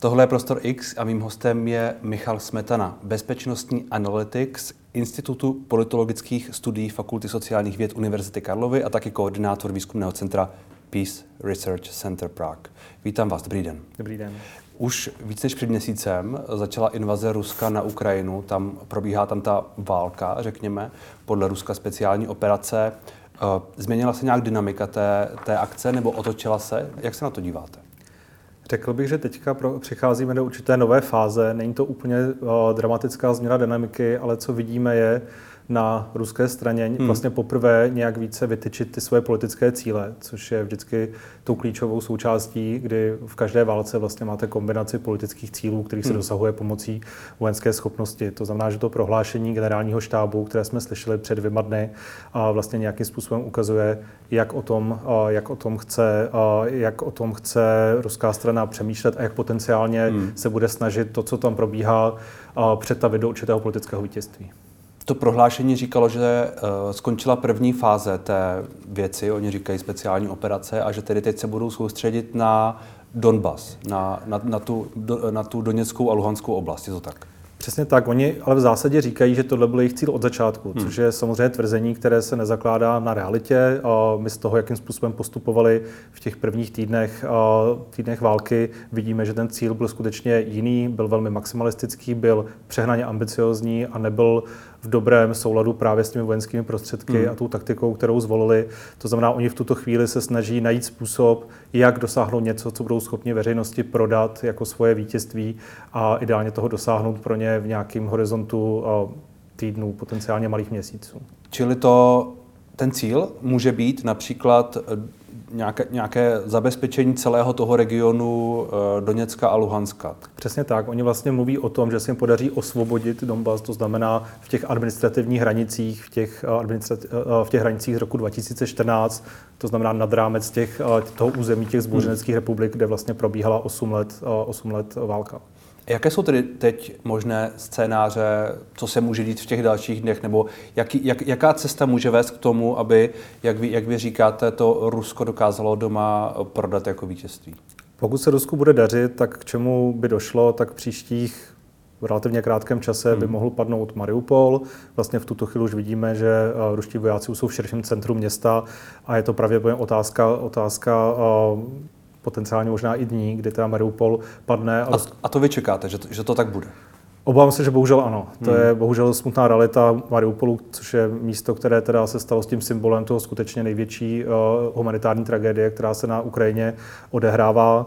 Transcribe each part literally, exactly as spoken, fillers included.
Tohle je Prostor X a mým hostem je Michal Smetana, bezpečnostní analytik z Institutu politologických studií Fakulty sociálních věd Univerzity Karlovy a taky koordinátor výzkumného centra Peace Research Center Prague. Vítám vás, dobrý den. Dobrý den. Už víc než před měsícem začala invaze Ruska na Ukrajinu, tam probíhá tam ta válka, řekněme, podle Ruska speciální operace. Změnila se nějak dynamika té, té akce nebo otočila se? Jak se na to díváte? Řekl bych, že teďka pro, přicházíme do určité nové fáze. Není to úplně uh, dramatická změna dynamiky, ale co vidíme je na ruské straně hmm. vlastně poprvé nějak více vytyčit ty svoje politické cíle, což je vždycky tou klíčovou součástí, kdy v každé válce vlastně máte kombinaci politických cílů, kterých se hmm. dosahuje pomocí vojenské schopnosti. To znamená, že to prohlášení generálního štábu, které jsme slyšeli před dvěma dny, a vlastně nějakým způsobem ukazuje, jak o tom, jak o tom chce, jak o tom chce ruská strana přemýšlet a jak potenciálně hmm. se bude snažit to, co tam probíhá, přetavit do určitého politického vítězství. To prohlášení říkalo, že uh, skončila první fáze té věci, oni říkají speciální operace, a že tedy teď se budou soustředit na Donbas, na, na, na, tu, do, na tu Doněckou a Luhanskou oblast, je to tak? Přesně tak, oni ale v zásadě říkají, že tohle byl jejich cíl od začátku, hmm. což je samozřejmě tvrzení, které se nezakládá na realitě. My z toho, jakým způsobem postupovali v těch prvních týdnech, týdnech války, vidíme, že ten cíl byl skutečně jiný, byl velmi maximalistický, byl přehnaně ambiciózní a nebyl v dobrém souladu právě s těmi vojenskými prostředky hmm. a tou taktikou, kterou zvolili. To znamená, oni v tuto chvíli se snaží najít způsob, jak dosáhnout něco, co budou schopni veřejnosti prodat jako svoje vítězství a ideálně toho dosáhnout pro ně v nějakém horizontu týdnů, potenciálně malých měsíců. Čili to, ten cíl může být například nějaké, nějaké zabezpečení celého toho regionu Doněcka a Luhanska. Přesně tak. Oni vlastně mluví o tom, že se jim podaří osvobodit Donbas, to znamená v těch administrativních hranicích, v těch, administrati- v těch hranicích z roku dva tisíce čtrnáct, to znamená nad rámec těch, toho území těch zbouřeneckých republik, kde vlastně probíhala osm let, osm let válka. Jaké jsou tedy teď možné scénáře, co se může dít v těch dalších dnech, nebo jak, jak, jaká cesta může vést k tomu, aby, jak vy, jak vy říkáte, to Rusko dokázalo doma prodat jako vítězství? Pokud se Rusku bude dařit, tak k čemu by došlo, tak v příštích v relativně krátkém čase hmm. by mohl padnout Mariupol. Vlastně v tuto chvíli už vidíme, že ruští vojáci jsou v širším centru města a je to pravděpodobně otázka, otázka potenciálně možná i dní, kdy teda Mariupol padne. A, a to vy čekáte, že to, že to tak bude? Obávám se, že bohužel ano. To hmm. je bohužel smutná realita Mariupolu, což je místo, které teda se stalo s tím symbolem toho skutečně největší uh, humanitární tragédie, která se na Ukrajině odehrává.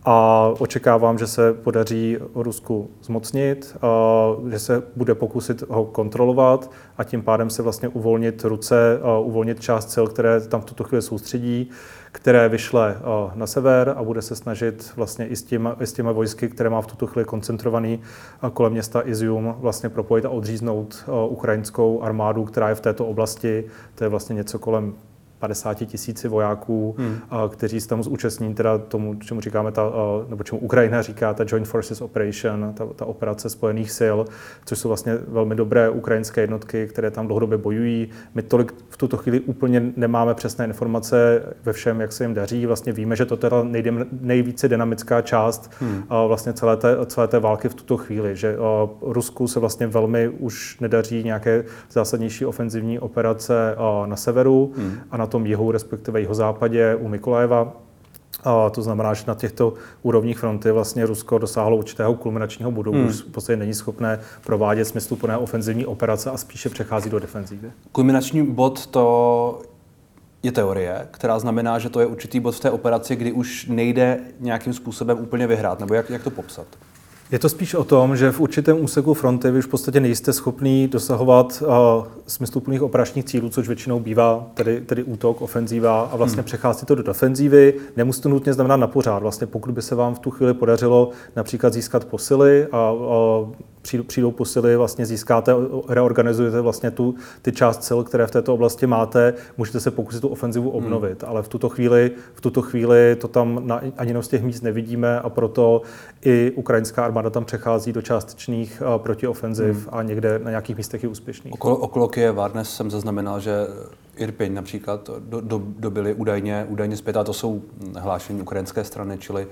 A očekávám, že se podaří Rusku zmocnit, že se bude pokusit ho kontrolovat a tím pádem se vlastně uvolnit ruce, uvolnit část sil, které tam v tuto chvíli soustředí, které vyšle na sever a bude se snažit vlastně i s těma, i s těma vojsky, které má v tuto chvíli koncentrovaný kolem města Izium, vlastně propojit a odříznout ukrajinskou armádu, která je v této oblasti. To je vlastně něco kolem padesát tisíci vojáků, hmm. kteří se tam zúčastní teda tomu, čemu říkáme ta, nebo čemu Ukrajina říká ta Joint Forces Operation, ta, ta operace spojených sil, což jsou vlastně velmi dobré ukrajinské jednotky, které tam dlouhodobě bojují. My tolik v tuto chvíli úplně nemáme přesné informace ve všem, jak se jim daří. Vlastně víme, že to teda nejde, nejvíce dynamická část hmm. vlastně celé té, celé té války v tuto chvíli, že Rusku se vlastně velmi už nedaří nějaké zásadnější ofenzivní operace na severu hmm. a na tom jihu, respektive jihozápadě u Mykolajeva. A to znamená, že na těchto úrovních fronty vlastně Rusko dosáhlo určitého kulminačního bodu, hmm. už v podstatě není schopné provádět smysluplné ofenzivní operace a spíše přechází do defenzívy. Kulminační bod to je teorie, která znamená, že to je určitý bod v té operaci, kdy už nejde nějakým způsobem úplně vyhrát, nebo jak, jak to popsat? Je to spíš o tom, že v určitém úseku fronty vy už v podstatě nejste schopný dosahovat uh, smysluplných operačních cílů, což většinou bývá tedy, tedy útok, ofenzíva a vlastně hmm. přechází to do defenzívy. Nemusí to nutně znamenat na pořád. Vlastně pokud by se vám v tu chvíli podařilo například získat posily a uh, přijdou posily, vlastně získáte, reorganizujete vlastně tu, ty část sil, které v této oblasti máte, můžete se pokusit tu ofenzivu obnovit, hmm. ale v tuto chvíli, v tuto chvíli to tam na, ani na z těch míst nevidíme a proto i ukrajinská armáda tam přechází do částečných uh, protiofenziv hmm. a někde na nějakých místech je úspěšných. Okolo, okolo Kyjeva dnes jsem zaznamenal, že Irpiň například do, do, dobili údajně, údajně zpět, a to jsou hlášení ukrajinské strany, čili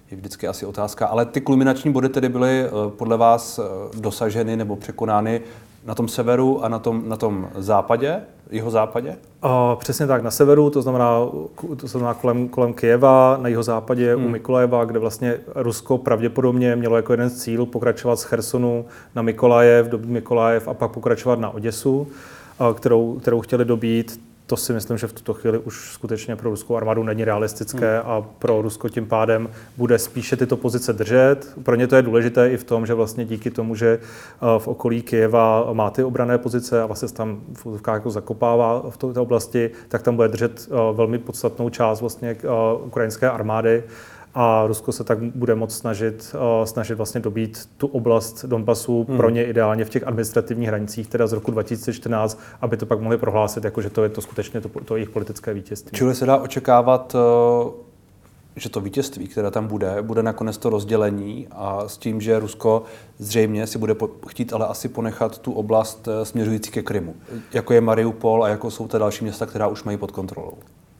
je vždycky asi otázka. Ale ty kulminační body tedy byly podle vás dosaženy nebo překonány na tom severu a na tom, na tom západě, jihozápadě? A přesně tak, na severu, to znamená, to znamená kolem, kolem Kyjeva, na jihozápadě hmm. u Mykolajeva, kde vlastně Rusko pravděpodobně mělo jako jeden z cílů pokračovat z Chersonu na Mykolajev, dobít Mykolajev a pak pokračovat na Oděsu, kterou, kterou chtěli dobít. To si myslím, že v tuto chvíli už skutečně pro ruskou armádu není realistické hmm. a pro Rusko tím pádem bude spíše tyto pozice držet. Pro ně to je důležité i v tom, že vlastně díky tomu, že v okolí Kyjeva má ty obranné pozice a vlastně se tam v úzovkách jako zakopává v této oblasti, tak tam bude držet velmi podstatnou část vlastně ukrajinské armády. A Rusko se tak bude moct snažit, uh, snažit vlastně dobít tu oblast Donbasu hmm. pro ně ideálně v těch administrativních hranicích, teda z roku dva tisíce čtrnáct, aby to pak mohli prohlásit, jako, že to je to skutečně to, to jejich politické vítězství. Čili se dá očekávat, uh, že to vítězství, které tam bude, bude nakonec to rozdělení a s tím, že Rusko zřejmě si bude po- chtít ale asi ponechat tu oblast uh, směřující ke Krymu, jako je Mariupol a jako jsou ta další města, která už mají pod kontrolou.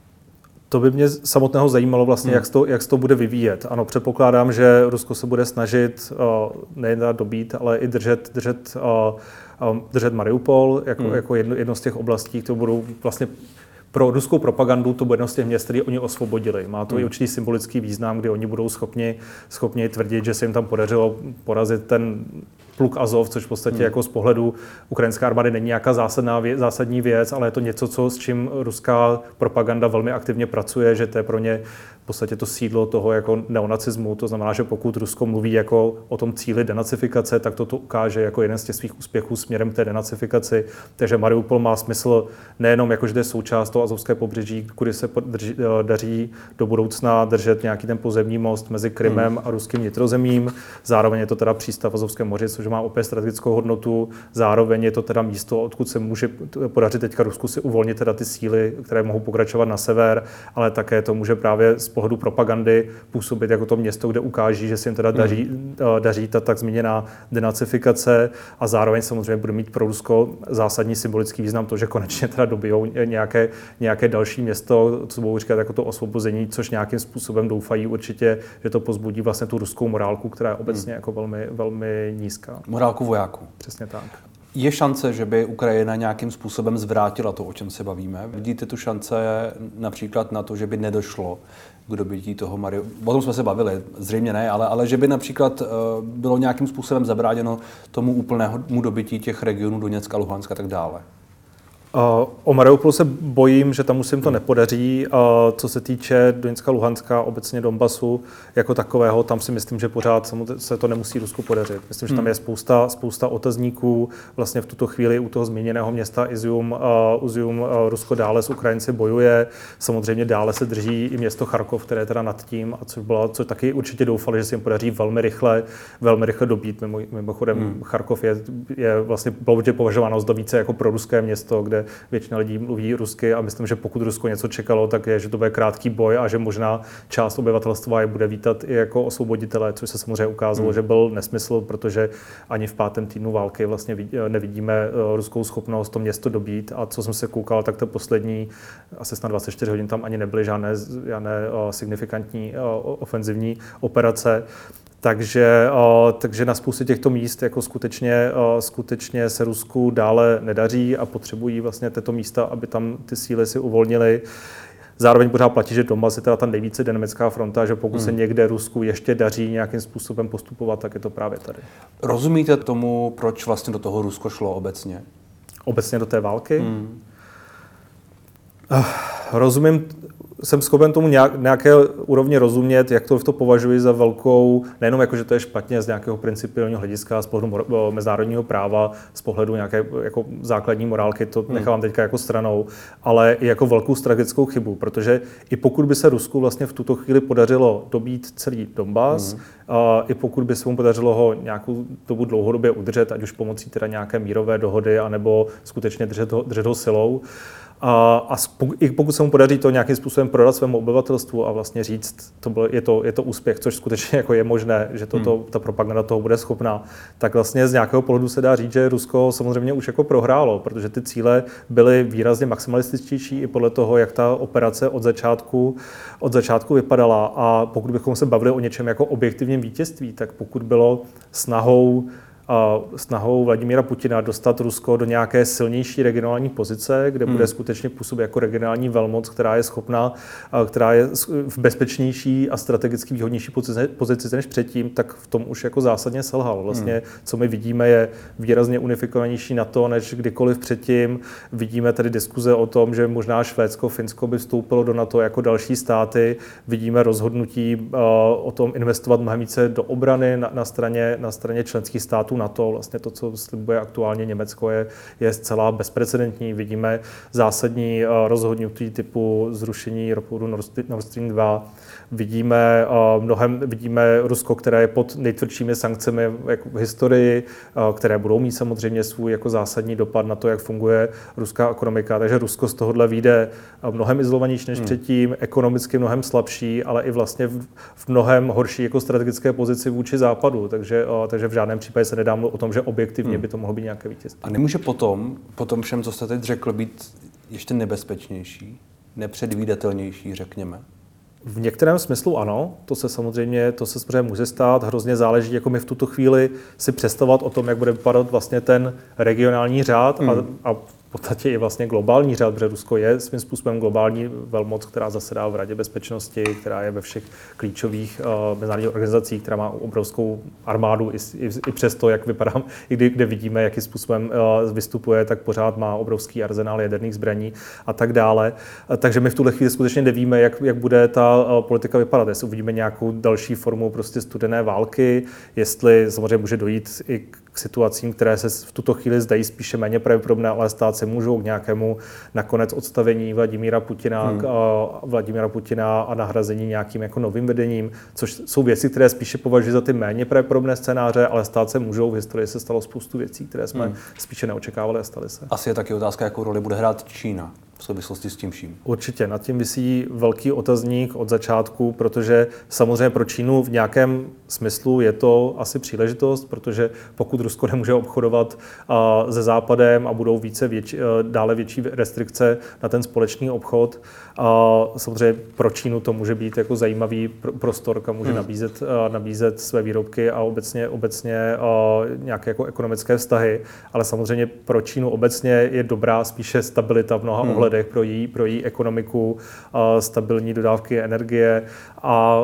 To by mě samotného zajímalo vlastně, hmm. jak, se to, jak se to bude vyvíjet. Ano, předpokládám, že Rusko se bude snažit uh, nejen dobít, ale i držet, držet, uh, um, držet Mariupol jako, hmm. jako jedno, jedno z těch oblastí, které budou vlastně pro ruskou propagandu, to bude jedno z těch měst, které oni osvobodili. Má to hmm. i určitý symbolický význam, kdy oni budou schopni, schopni tvrdit, že se jim tam podařilo porazit ten pluk Azov, což v podstatě hmm. jako z pohledu ukrajinské armády není nějaká zásadná věc, zásadní věc, ale je to něco, co, s čím ruská propaganda velmi aktivně pracuje, že to je pro ně v podstatě to sídlo toho jako neonacismu. To znamená, že pokud Rusko mluví jako o tom cíli denacifikace, tak to to ukáže jako jeden z těch svých úspěchů směrem k té denacifikaci. Takže Mariupol má smysl nejenom jako, že to je součást toho azovské pobřeží, kudy se drží, daří do budoucna držet nějaký ten pozemní most mezi Krymem hmm. a ruským vnitrozemím. Zároveň je to teda přístav v Azovském moři, což má opět strategickou hodnotu. Zároveň je to teda místo, odkud se může podařit teďka Rusku si uvolnit teda ty síly, které mohou pokračovat na sever, ale také to může právě z pohledu propagandy působit jako to město, kde ukáží, že se jim teda daří, hmm. daří ta tak zmíněná denacifikace a zároveň samozřejmě bude mít pro Rusko zásadní symbolický význam to, že konečně teda dobijou nějaké, nějaké další město, co budou říkat jako to osvobození, což nějakým způsobem doufají určitě, že to pozbudí vlastně tu ruskou morálku, která je obecně hmm. jako velmi, velmi nízká. Morálku vojáků. Přesně tak. Je šance, že by Ukrajina nějakým způsobem zvrátila to, o čem se bavíme? Vidíte tu šance například na to, že by nedošlo k dobytí toho Mariupolu? O tom jsme se bavili, zřejmě ne, ale, ale že by například bylo nějakým způsobem zabráněno tomu úplnému dobytí těch regionů Doněcka, Luhanska a tak dále? O Mariupolu se bojím, že tam už se jim to nepodaří. Co se týče Doněcka, Luhanska, obecně Donbasu jako takového, tam si myslím, že pořád se to nemusí Rusku podařit. Myslím, že tam je spousta, spousta otazníků. Vlastně v tuto chvíli u toho zmíněného města Izium, Izium Rusko dále s Ukrajinci bojuje. Samozřejmě dále se drží i město Charkov, které je teda nad tím, a což bylo, co taky určitě doufali, že se jim podaří velmi rychle, velmi rychle dobít. Mimo, mimochodem hmm. Charkov je, je vlastně považováno za více jako proruské město, kde většina lidí mluví rusky a myslím, že pokud Rusko něco čekalo, tak je, že to bude krátký boj a že možná část obyvatelstva je bude vítat i jako osvoboditelé, což se samozřejmě ukázalo, hmm. že byl nesmysl, protože ani v pátém týdnu války vlastně nevidíme ruskou schopnost to město dobít a co jsem se koukal, tak to poslední asi snad dvacet čtyři hodin tam ani nebyly žádné, žádné signifikantní ofenzivní operace. Takže, takže na spoustě těchto míst jako skutečně, skutečně se Rusku dále nedaří a potřebují vlastně tyto místa, aby tam ty síly si uvolnily. Zároveň pořád platí, že Donbas je teda ta nejvíce dynamická fronta, že pokud hmm. se někde Rusku ještě daří nějakým způsobem postupovat, tak je to právě tady. Rozumíte tomu, proč vlastně do toho Rusko šlo obecně? Obecně do té války? Hmm. Rozumím, jsem schopen tomu nějak, nějaké úrovni rozumět, jak to, to považuji za velkou, nejenom jako, že to je špatně z nějakého principiálního hlediska, z pohledu mezinárodního práva, z pohledu nějaké jako základní morálky, to hmm. nechávám teďka jako stranou, ale i jako velkou strategickou chybu, protože i pokud by se Rusku vlastně v tuto chvíli podařilo dobít celý Donbas, hmm. a i pokud by se mu podařilo ho nějakou dobu dlouhodobě udržet, ať už pomocí teda nějaké mírové dohody, anebo skutečně držet ho, držet ho silou, A, a i pokud se mu podaří to nějakým způsobem prodat svému obyvatelstvu a vlastně říct, to bylo, je, to, je to úspěch, což skutečně jako je možné, že toto, hmm. ta propaganda toho bude schopná, tak vlastně z nějakého pohledu se dá říct, že Rusko samozřejmě už jako prohrálo, protože ty cíle byly výrazně maximalističtější i podle toho, jak ta operace od začátku, od začátku vypadala. A pokud bychom se bavili o něčem jako objektivním vítězství, tak pokud bylo snahou snahou Vladimíra Putina dostat Rusko do nějaké silnější regionální pozice, kde bude hmm. skutečně působit jako regionální velmoc, která je schopná, která je v bezpečnější a strategicky výhodnější pozici než předtím, tak v tom už jako zásadně selhal. Vlastně, hmm. co my vidíme, je výrazně unifikovanější NATO než kdykoliv předtím. Vidíme tady diskuze o tom, že možná Švédsko, Finsko by vstoupilo do NATO jako další státy. Vidíme rozhodnutí o tom investovat mnohem více do obrany na, na, straně, na straně členských států NATO. Vlastně to, co slibuje aktuálně Německo, je, je zcela bezprecedentní. Vidíme zásadní rozhodnutí typu zrušení ropovodu Nord Stream dva. Vidíme, mnohem, vidíme Rusko, které je pod nejtvrdšími sankcemi jako v historii, které budou mít samozřejmě svůj jako zásadní dopad na to, jak funguje ruská ekonomika. Takže Rusko z tohohle vyjde mnohem izolovanější než hmm. předtím, ekonomicky mnohem slabší, ale i vlastně v, v mnohem horší jako strategické pozici vůči západu. Takže, takže v žádném případě se nedá mluvit o tom, že objektivně hmm. by to mohlo být nějaké vítězství. A nemůže potom, potom všem, co jste teď řekl, být ještě nebezpečnější, nepředvídatelnější, řekněme? V některém smyslu ano, to se samozřejmě, to se samozřejmě může stát, hrozně záleží, jako my v tuto chvíli si představovat o tom, jak bude vypadat vlastně ten regionální řád hmm. a, a v podstatě i vlastně globální řád, protože Rusko je svým způsobem globální velmoc, která zasedá v Radě bezpečnosti, která je ve všech klíčových uh, mezinárodních organizacích, která má obrovskou armádu, i, i, i přesto, jak vypadá, i kdy, kde vidíme, jakým způsobem uh, vystupuje, tak pořád má obrovský arzenál jaderných zbraní a tak dále. Uh, takže my v tuhle chvíli skutečně nevíme, jak, jak bude ta uh, politika vypadat. Jestli uvidíme nějakou další formu prostě studené války, jestli samozřejmě může dojít i k situacím, které se v tuto chvíli zdají spíše méně pravděpodobné, ale stát se můžou k nějakému nakonec odstavení Vladimíra Putina, hmm. a Vladimíra Putina a nahrazení nějakým jako novým vedením, což jsou věci, které spíše považuji za ty méně pravděpodobné scénáře, ale stát se můžou. V historii se stalo spoustu věcí, které jsme hmm. spíše neočekávali a staly se. Asi je taky otázka, jakou roli bude hrát Čína v souvislosti s tím vším. Určitě, nad tím visí velký otazník od začátku, protože samozřejmě pro Čínu v nějakém smyslu je to asi příležitost, protože pokud Rusko nemůže obchodovat uh, se Západem a budou více větši, uh, dále větší restrikce na ten společný obchod, uh, samozřejmě pro Čínu to může být jako zajímavý pr- prostor, kam může hmm. nabízet, uh, nabízet své výrobky a obecně, obecně uh, nějaké jako ekonomické vztahy, ale samozřejmě pro Čínu obecně je dobrá spíše stabilita v mnoha hmm. ohledech pro její, pro její ekonomiku, stabilní dodávky energie a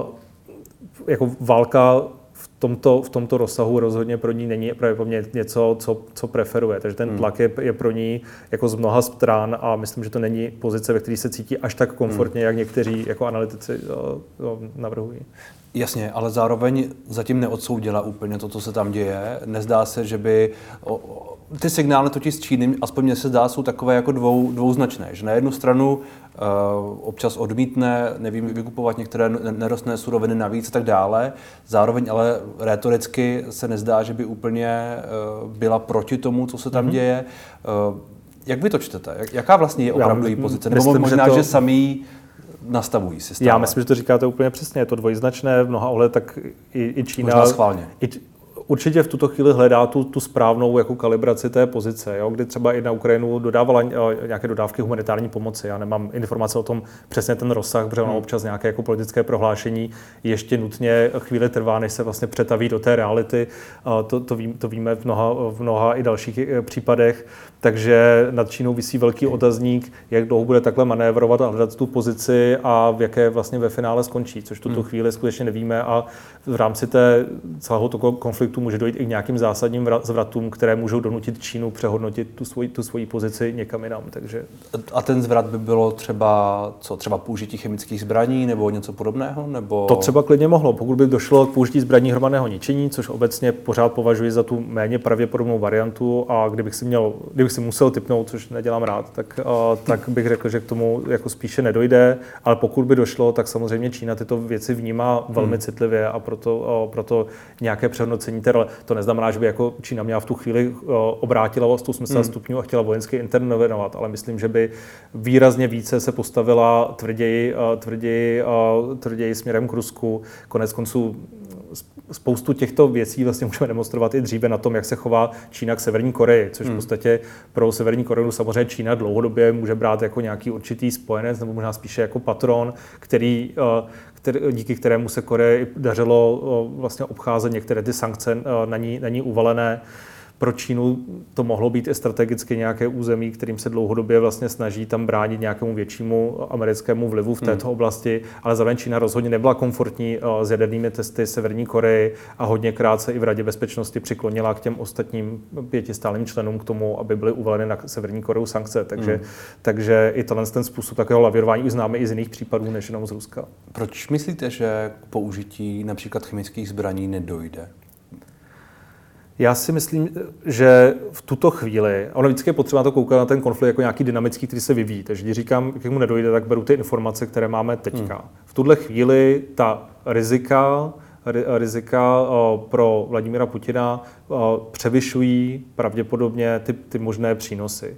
jako válka v tomto, v tomto rozsahu rozhodně pro ní není pravděpodobně něco, co, co preferuje. Takže ten tlak je, je pro ní jako z mnoha stran a myslím, že to není pozice, ve které se cítí až tak komfortně, hmm. jak někteří jako analytici navrhují. Jasně, ale zároveň zatím neodsoudila úplně to, co se tam děje. Nezdá se, že by... O, o, ty signály totiž z Číny, aspoň mně se zdá, jsou takové jako dvou, dvouznačné. Že na jednu stranu uh, občas odmítne, nevím, vykupovat některé nerostné suroviny navíc a tak dále. Zároveň ale rétoricky se nezdá, že by úplně uh, byla proti tomu, co se tam mm-hmm. děje. Uh, jak vy to čtete? Jak, jaká vlastně je opravdu její pozice? Nebo myslím, možná, že, to... že sami nastavují si stále. Já myslím, že to říkáte úplně přesně. Je to dvojznačné v mnoha ohledech, tak i, i Čína... Možná schválně. I, určitě v tuto chvíli hledá tu, tu správnou jako kalibraci té pozice, jo? Kdy třeba i na Ukrajinu dodávala nějaké dodávky humanitární pomoci. Já nemám informace o tom přesně ten rozsah, protože ono občas nějaké jako politické prohlášení ještě nutně chvíli trvá, než se vlastně přetaví do té reality. To, to, ví, to víme v mnoha, v mnoha i dalších případech. Takže nad Čínou visí velký otazník, jak dlouho bude takhle manévrovat a hledat tu pozici a v jaké vlastně ve finále skončí, což tuto hmm. chvíli skutečně nevíme a v rámci té celého toho konfliktu může dojít i k nějakým zásadním zvratům, které můžou donutit Čínu přehodnotit tu svoji, tu svoji pozici někam jinam. Takže... A ten zvrat by bylo třeba, co, třeba použití chemických zbraní nebo něco podobného? Nebo... To třeba klidně mohlo, pokud by došlo k použití zbraní hromadného ničení, což obecně pořád považuji za tu méně pravděpodobnou variantu a kdybych si měl, kdybych si musel tipnout, což nedělám rád, tak, uh, tak bych řekl, že k tomu jako spíše nedojde, ale pokud by došlo, tak samozřejmě Čína tyto věci vnímá velmi hmm. citlivě a proto, uh, proto nějaké přehodnocení inter, to neznamená, že by jako Čína měla v tu chvíli obrátila o sto osmdesát hmm. stupňů a chtěla vojensky intervenovat, ale myslím, že by výrazně více se postavila tvrději, tvrději, tvrději směrem k Rusku. Konec konců spoustu těchto věcí vlastně můžeme demonstrovat i dříve na tom, jak se chová Čína k Severní Koreji, což v podstatě pro Severní Koreu samozřejmě Čína dlouhodobě může brát jako nějaký určitý spojenec, nebo možná spíše jako patron, který, který, díky kterému se Koreji dařilo vlastně obcházet některé ty sankce na ní, na ní uvalené. Pro Čínu to mohlo být i strategicky nějaké území, kterým se dlouhodobě vlastně snaží tam bránit nějakému většímu americkému vlivu v této hmm. oblasti, ale zároveň Čína rozhodně nebyla komfortní s jadernými testy Severní Koreji a hodněkrát se i v Radě bezpečnosti přiklonila k těm ostatním pěti stálým členům k tomu, aby byly uvaleny na Severní Koreu sankce. Takže, hmm. takže i tenhle ten způsob takového lavírování už známe i z jiných případů, než jenom z Ruska. Proč myslíte, že k použití například chemických zbraní nedojde? Já si myslím, že v tuto chvíli, ono vždycky je potřeba to koukat na ten konflikt jako nějaký dynamický, který se vyvíjí. Takže když říkám, k němu nedojde, tak beru ty informace, které máme teďka. Hmm. V tuhle chvíli ta rizika, rizika pro Vladimira Putina převyšují pravděpodobně ty, ty možné přínosy.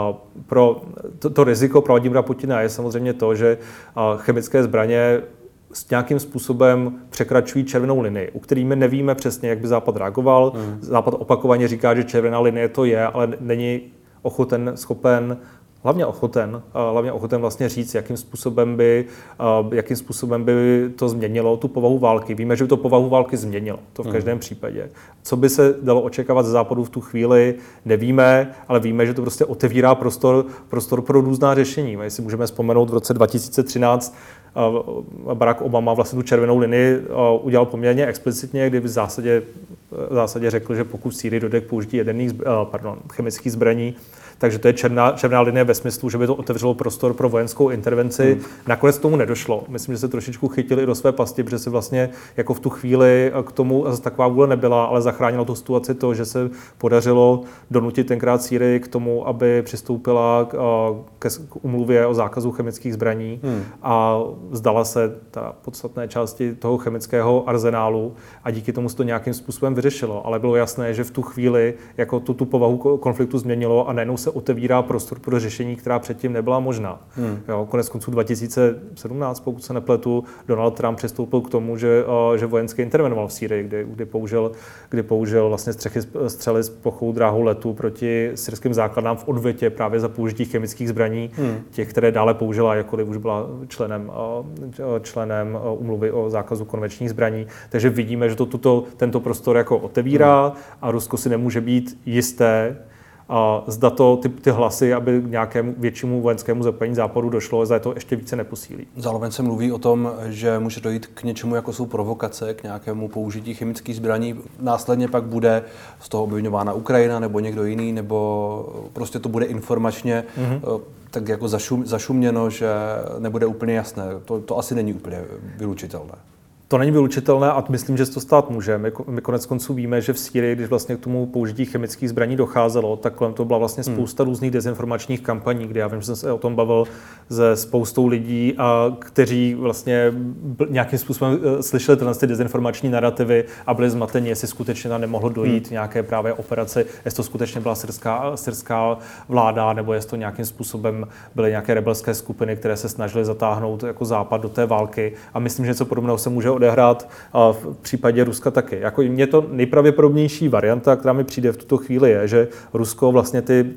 Pro to, to riziko pro Vladimira Putina je samozřejmě to, že chemické zbraně s nějakým způsobem překračují červenou linii, u kterými nevíme přesně, jak by Západ reagoval. Hmm. Západ opakovaně říká, že červená linie to je, ale není ochoten, schopen, hlavně ochoten, hlavně ochoten vlastně říct, jakým způsobem by, jakým způsobem by to změnilo tu povahu války. Víme, že by to povahu války změnilo, to v každém hmm. případě. Co by se dalo očekávat ze Západu v tu chvíli, nevíme, ale víme, že to prostě otevírá prostor, prostor pro různá řešení. My si můžeme vzpomenout v roce dva tisíce třináct Barack Obama vlastně tu červenou linii udělal poměrně explicitně, kdy v zásadě, v zásadě řekl, že pokud v Sýrii dojde k použití jaderných, pardon, chemických zbraní, takže to je černá, černá linie ve smyslu, že by to otevřelo prostor pro vojenskou intervenci. Hmm. Nakonec k tomu nedošlo. Myslím, že se trošičku chytili do své pasti, protože se vlastně jako v tu chvíli k tomu zase taková vůle nebyla, ale zachránilo tu situaci to, že se podařilo donutit tenkrát Sýrii k tomu, aby přistoupila k, k, k umluvě o zákazu chemických zbraní hmm. a vzdala se ta podstatné části toho chemického arzenálu a díky tomu se to nějakým způsobem vyřešilo. Ale bylo jasné, že v tu chvíli jako tu, tu povahu konfliktu změnilo a najednou se otevírá prostor pro řešení, která předtím nebyla možná. Hmm. Jo, konec konců dva tisíce sedmnáct, pokud se nepletu, Donald Trump přistoupil k tomu, že, že vojensky intervenoval v Sýrii, kdy, kdy, použil, kdy použil vlastně střechy, střely s plochou dráhou letu proti syrským základnám v odvětě právě za použití chemických zbraní, hmm. těch, které dále použila, jakkoliv už byla členem, členem úmluvy o zákazu konvenčních zbraní. Takže vidíme, že to tuto, tento prostor jako otevírá hmm. a Rusko si nemůže být jisté, a zda to ty, ty hlasy, aby k nějakému většímu vojenskému zapojení Západu došlo, zda to ještě více neposílí. Zároveň se mluví o tom, že může dojít k něčemu, jako jsou provokace, k nějakému použití chemických zbraní. Následně pak bude z toho obviňována Ukrajina nebo někdo jiný, nebo prostě to bude informačně mm-hmm. tak jako zašum, zašuměno, že nebude úplně jasné. To, to asi není úplně vylučitelné. To není vylučitelné a myslím, že se to stát může. My, my konec konců víme, že v Sýrii, když vlastně k tomu použití chemických zbraní docházelo, tak kolem toho byla vlastně spousta hmm. různých dezinformačních kampaní, kde já vím, že jsem se o tom bavil se spoustou lidí, a kteří vlastně nějakým způsobem slyšeli tyhle ty dezinformační narrativy a byli zmateni, jestli skutečně tam nemohlo dojít hmm. nějaké právě operace, jestli to skutečně byla syrská, syrská vláda, nebo jestli to nějakým způsobem byly nějaké rebelské skupiny, které se snažily zatáhnout jako Západ do té války. A myslím, že něco podobného se může odehrát v případě Ruska taky. Jako mně to nejpravděpodobnější varianta, která mi přijde v tuto chvíli, je, že Rusko vlastně ty,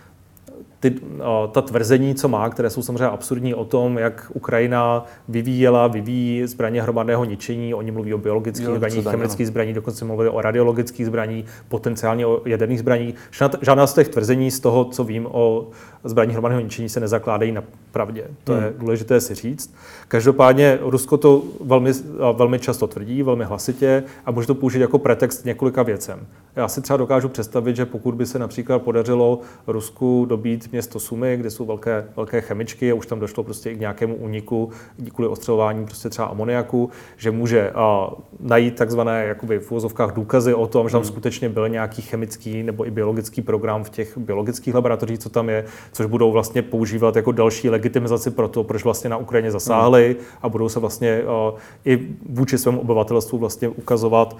ty, ta tvrzení, co má, které jsou samozřejmě absurdní o tom, jak Ukrajina vyvíjela, vyvíjí zbraně hromadného ničení, oni mluví o biologických zbraních, chemických zbraních, dokonce mluví o radiologických zbraních, potenciálně o jaderných zbraních. Žádná z těch tvrzení z toho, co vím o zbraní hromadného ničení, se nezakládají na pravdě. To hmm. je důležité si říct. Každopádně Rusko to velmi, velmi často tvrdí, velmi hlasitě a může to použít jako pretext několika věcem. Já si třeba dokážu představit, že pokud by se například podařilo Rusku dobít město Sumy, kde jsou velké, velké chemičky a už tam došlo prostě i k nějakému úniku kvůli ostřelování prostě třeba amoniaku, že může a, najít takzvané jakoby v uvozovkách důkazy o tom, že tam hmm. skutečně byl nějaký chemický nebo i biologický program v těch biologických laboratořích, co tam je, což budou vlastně používat jako další legitimizaci pro to, proč vlastně na Ukrajině zasáhli hmm. a budou se vlastně uh, i vůči svému obyvatelstvu vlastně ukazovat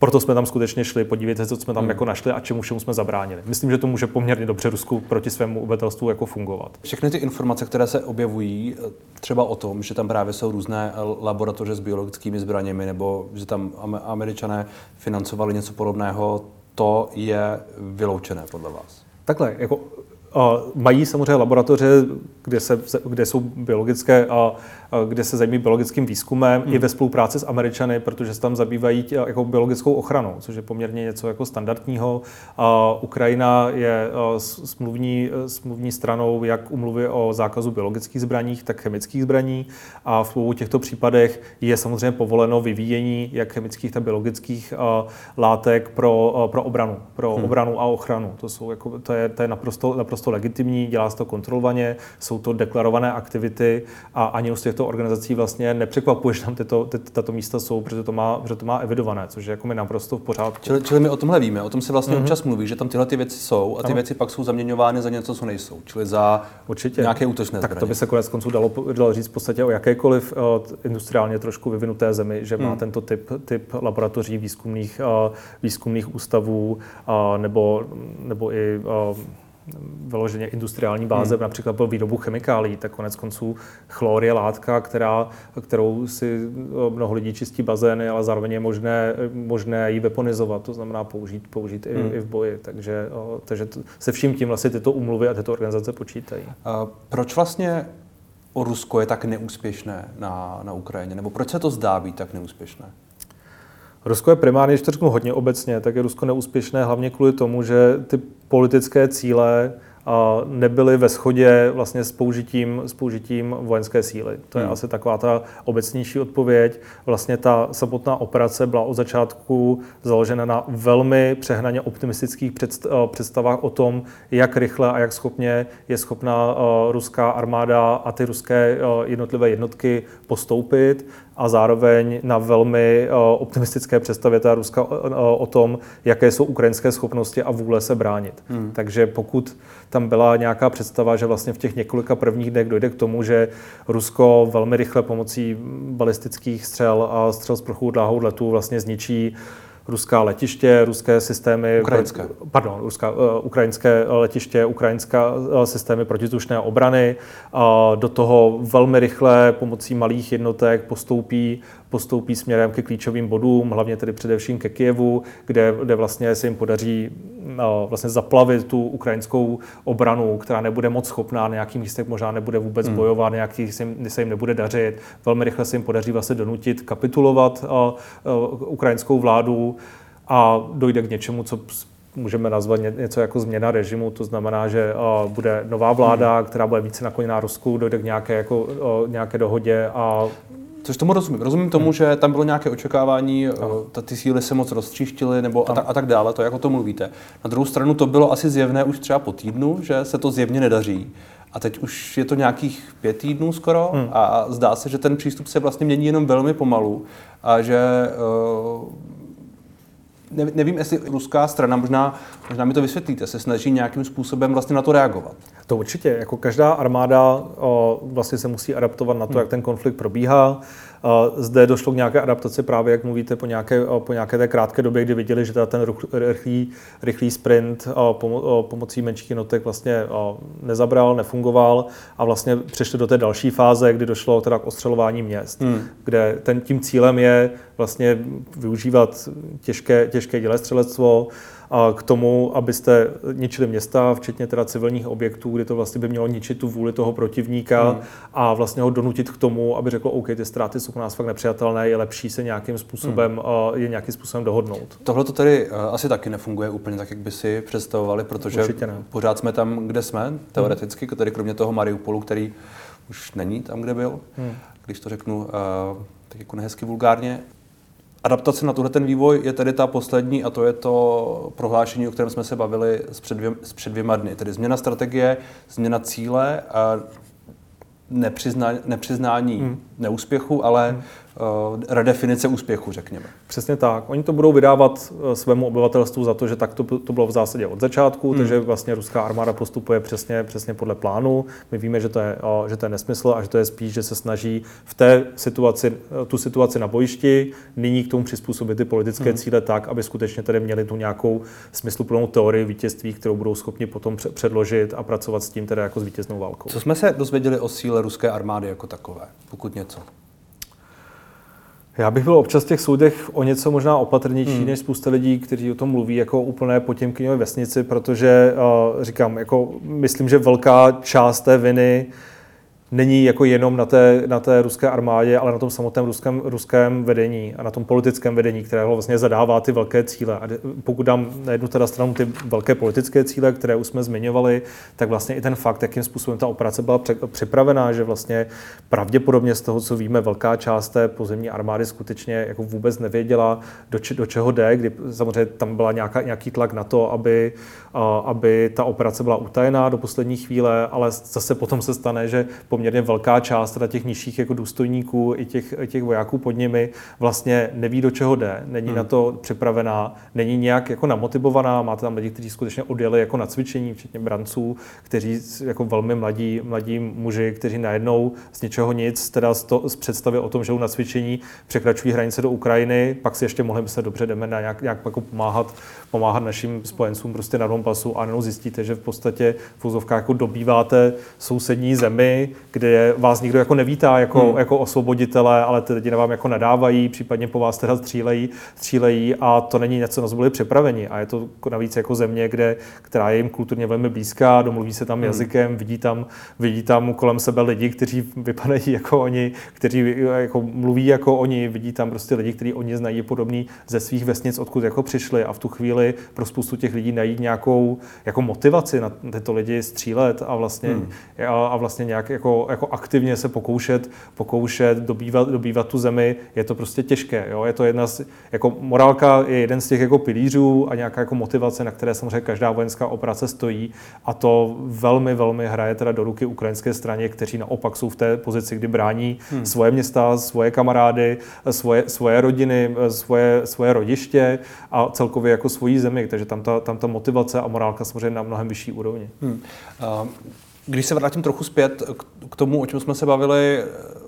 proto jsme tam skutečně šli, podívejte se, co jsme tam hmm. jako našli a čemu všemu jsme zabránili. Myslím, že to může poměrně dobře Rusku proti svému obyvatelstvu jako fungovat. Všechny ty informace, které se objevují, třeba o tom, že tam právě jsou různé laboratoře s biologickými zbraněmi, nebo že tam Američané financovali něco podobného, to je vyloučené podle vás? Takhle, jako mají samozřejmě laboratoře, kde, se, kde jsou biologické a kde se zajímají biologickým výzkumem hmm. i ve spolupráci s Američany, protože se tam zabývají tě, jako biologickou ochranou, což je poměrně něco jako standardního. A Ukrajina je smluvní, smluvní stranou jak úmluvy o zákazu biologických zbraních, tak chemických zbraní. A v obou těchto případech je samozřejmě povoleno vyvíjení jak chemických, tak biologických látek pro, pro obranu, pro hmm. obranu a ochranu. To, jsou jako, to je, to je naprosto, naprosto legitimní, dělá se to kontrolovaně, jsou to deklarované aktivity a ani z těchto organizací vlastně nepřekvapuje, že tam tyto, ty, tato místa jsou, protože to má, protože to má evidované, což je jako my naprosto v pořádku. Čili, čili my o tomhle víme, o tom se vlastně mm-hmm. občas mluví, že tam tyhle ty věci jsou a ty ano. věci pak jsou zaměňovány za něco, co nejsou, čili za určitě nějaké útočné zbraně. Tak to by se konec konců dalo, dalo říct v podstatě o jakékoliv uh, industriálně trošku vyvinuté zemi, že má mm. tento typ, typ laboratoří, výzkumných, uh, výzkumných ústavů uh, nebo, nebo i uh, vyloženě industriální báze, hmm. například pro výrobu chemikálií, tak konec konců chlor je látka, která, kterou si mnoho lidí čistí bazény, ale zároveň je možné, možné ji weaponizovat, to znamená použít, použít hmm. i, i v boji. Takže, takže se vším tím vlastně tyto úmluvy a tyto organizace počítají. A proč vlastně o Rusko je tak neúspěšné na, na Ukrajině? Nebo proč se to zdá být tak neúspěšné? Rusko je primárně, když to řeknu hodně obecně, tak je Rusko neúspěšné hlavně kvůli tomu, že ty politické cíle nebyly ve shodě vlastně s použitím, s použitím vojenské síly. To je hmm. asi taková ta obecnější odpověď. Vlastně ta samotná operace byla od začátku založena na velmi přehnaně optimistických představách o tom, jak rychle a jak schopně je schopná ruská armáda a ty ruské jednotlivé jednotky postoupit a zároveň na velmi optimistické představě ta Ruska o tom, jaké jsou ukrajinské schopnosti a vůle se bránit. Hmm. Takže pokud tam byla nějaká představa, že vlastně v těch několika prvních dnech dojde k tomu, že Rusko velmi rychle pomocí balistických střel a střel s plochou dláhou letu vlastně zničí ruská letiště, ruské systémy... Ukrajinské. Pardon, ruská, uh, ukrajinské letiště, ukrajinská uh, systémy protizdušné obrany. Uh, do toho velmi rychle pomocí malých jednotek postoupí, postoupí směrem ke klíčovým bodům, hlavně tedy především ke Kyjevu, kde, kde vlastně se jim podaří uh, vlastně zaplavit tu ukrajinskou obranu, která nebude moc schopná, na nějakých místech možná nebude vůbec hmm. bojovat, nějakých se jim, se jim nebude dařit. Velmi rychle se jim podaří vlastně donutit kapitulovat uh, uh, ukrajinskou vládu a dojde k něčemu, co můžeme nazvat něco jako změna režimu, to znamená, že uh, bude nová vláda, hmm. která bude více nakloněná Rusku, dojde k nějaké, jako, uh, nějaké dohodě a Což tomu rozumím. Rozumím tomu, hmm. že tam bylo nějaké očekávání, no. ty síly se moc roztříštily nebo a, ta, a tak dále, to jak o tom mluvíte. Na druhou stranu to bylo asi zjevné už třeba po týdnu, že se to zjevně nedaří. A teď už je to nějakých pět týdnů skoro hmm. a zdá se, že ten přístup se vlastně mění jenom velmi pomalu a že uh, ne, nevím, jestli ruská strana, možná, možná mi to vysvětlíte, se snaží nějakým způsobem vlastně na to reagovat. To určitě. Jako každá armáda o, vlastně se musí adaptovat na to, hmm. jak ten konflikt probíhá. Zde došlo k nějaké adaptaci právě, jak mluvíte, po nějaké, po nějaké té krátké době, kdy viděli, že ten rychlý, rychlý sprint pomo, pomocí menších jednotek vlastně nezabral, nefungoval a vlastně přešli do té další fáze, kdy došlo teda k ostřelování měst, hmm. kde ten, tím cílem je vlastně využívat těžké, těžké dělostřelectvo k tomu, abyste ničili města, včetně teda civilních objektů, kdy to vlastně by mělo ničit tu vůli toho protivníka hmm. a vlastně ho donutit k tomu, aby řekl, OK, ty ztráty jsou pro nás fakt nepřijatelné, je lepší se nějakým způsobem, hmm. je nějakým způsobem dohodnout. Tohle to tedy asi taky nefunguje úplně tak, jak by si představovali, protože pořád jsme tam, kde jsme, teoreticky, hmm. tedy kromě toho Mariupolu, který už není tam, kde byl, hmm. když to řeknu tak jako nehezky vulgárně. Adaptace na tuhle ten vývoj je tedy ta poslední a to je to prohlášení, o kterém jsme se bavili s před, dvě, s před dvěma dny. Tedy změna strategie, změna cíle a nepřizná, nepřiznání hmm. neúspěchu, ale hmm. redefinice úspěchu, řekněme. Přesně tak. Oni to budou vydávat svému obyvatelstvu za to, že tak to, to bylo v zásadě od začátku, hmm. takže vlastně ruská armáda postupuje přesně, přesně podle plánu. My víme, že to, je, že to je nesmysl a že to je spíš, že se snaží v té situaci, tu situaci na bojišti nyní k tomu přizpůsobit ty politické hmm. cíle tak, aby skutečně tedy měli tu nějakou smysluplnou teorii vítězství, kterou budou schopni potom předložit a pracovat s tím tedy jako s vítěznou válkou. Co jsme se dozvěděli o síle ruské armády jako takové, pokud něco? Já bych byl občas v těch soudech o něco možná opatrnější hmm. než spousta lidí, kteří o tom mluví jako úplné Potěmkinovy vesnici, protože uh, říkám, jako myslím, že velká část té viny není jako jenom na té, na té ruské armádě, ale na tom samotném ruském, ruském vedení a na tom politickém vedení, které vlastně zadává ty velké cíle. A pokud dám na jednu teda stranu ty velké politické cíle, které už jsme zmiňovali, tak vlastně i ten fakt, jakým způsobem ta operace byla připravená, že vlastně pravděpodobně z toho, co víme, velká část té pozemní armády skutečně jako vůbec nevěděla, do, če, do čeho jde, kdy samozřejmě tam byla nějaká, nějaký tlak na to, aby, aby ta operace byla utajená do poslední chvíle, ale zase potom se stane, že poměrně velká část teda těch nižších jako důstojníků i těch, těch vojáků pod nimi vlastně neví, do čeho jde, není hmm. na to připravená, není nějak jako namotivovaná, máte tam lidi, kteří skutečně odjeli jako na cvičení, včetně branců, kteří jako velmi mladí, mladí muži, kteří najednou z ničeho nic, teda z, to, z představy o tom, že jdou na cvičení, překračují hranice do Ukrajiny, pak si ještě mohli myslet, dobře, jdeme na nějak, nějak jako pomáhat, pomáhat našim spojencům prostě na Donbasu a jenom zjistíte, že v podstatě v úzovkách jako dobýváte sousední zemi, kde vás nikdo jako nevítá jako, hmm. jako osvoboditele, ale ty lidi na vám jako nadávají, případně po vás teda střílejí, střílejí a to není něco, na co byli připraveni. A je to navíc jako země, kde, která je jim kulturně velmi blízká, domluví se tam hmm. jazykem, vidí tam, vidí tam kolem sebe lidi, kteří vypadají jako oni, kteří jako mluví jako oni, vidí tam prostě lidi, kteří oni znají podobný ze svých vesnic, odkud jako přišli a v tu chvíli pro spoustu těch lidí najít nějakou jako motivaci na tyto lidi střílet a vlastně, hmm. a, a vlastně nějak jako, jako aktivně se pokoušet, pokoušet dobývat, dobývat tu zemi, je to prostě těžké. Jo? Je to jedna z, jako morálka je jeden z těch jako pilířů a nějaká jako motivace, na které samozřejmě každá vojenská operace stojí a to velmi, velmi hraje teda do ruky ukrajinské straně, kteří naopak jsou v té pozici, kdy brání hmm. svoje města, svoje kamarády, svoje, svoje rodiny, svoje, svoje rodiště a celkově jako svoji zemi, takže tam ta, tam ta motivace a morálka samozřejmě na mnohem vyšší úrovni. Hmm. Uh... Když se vrátím trochu zpět k tomu, o čem jsme se bavili,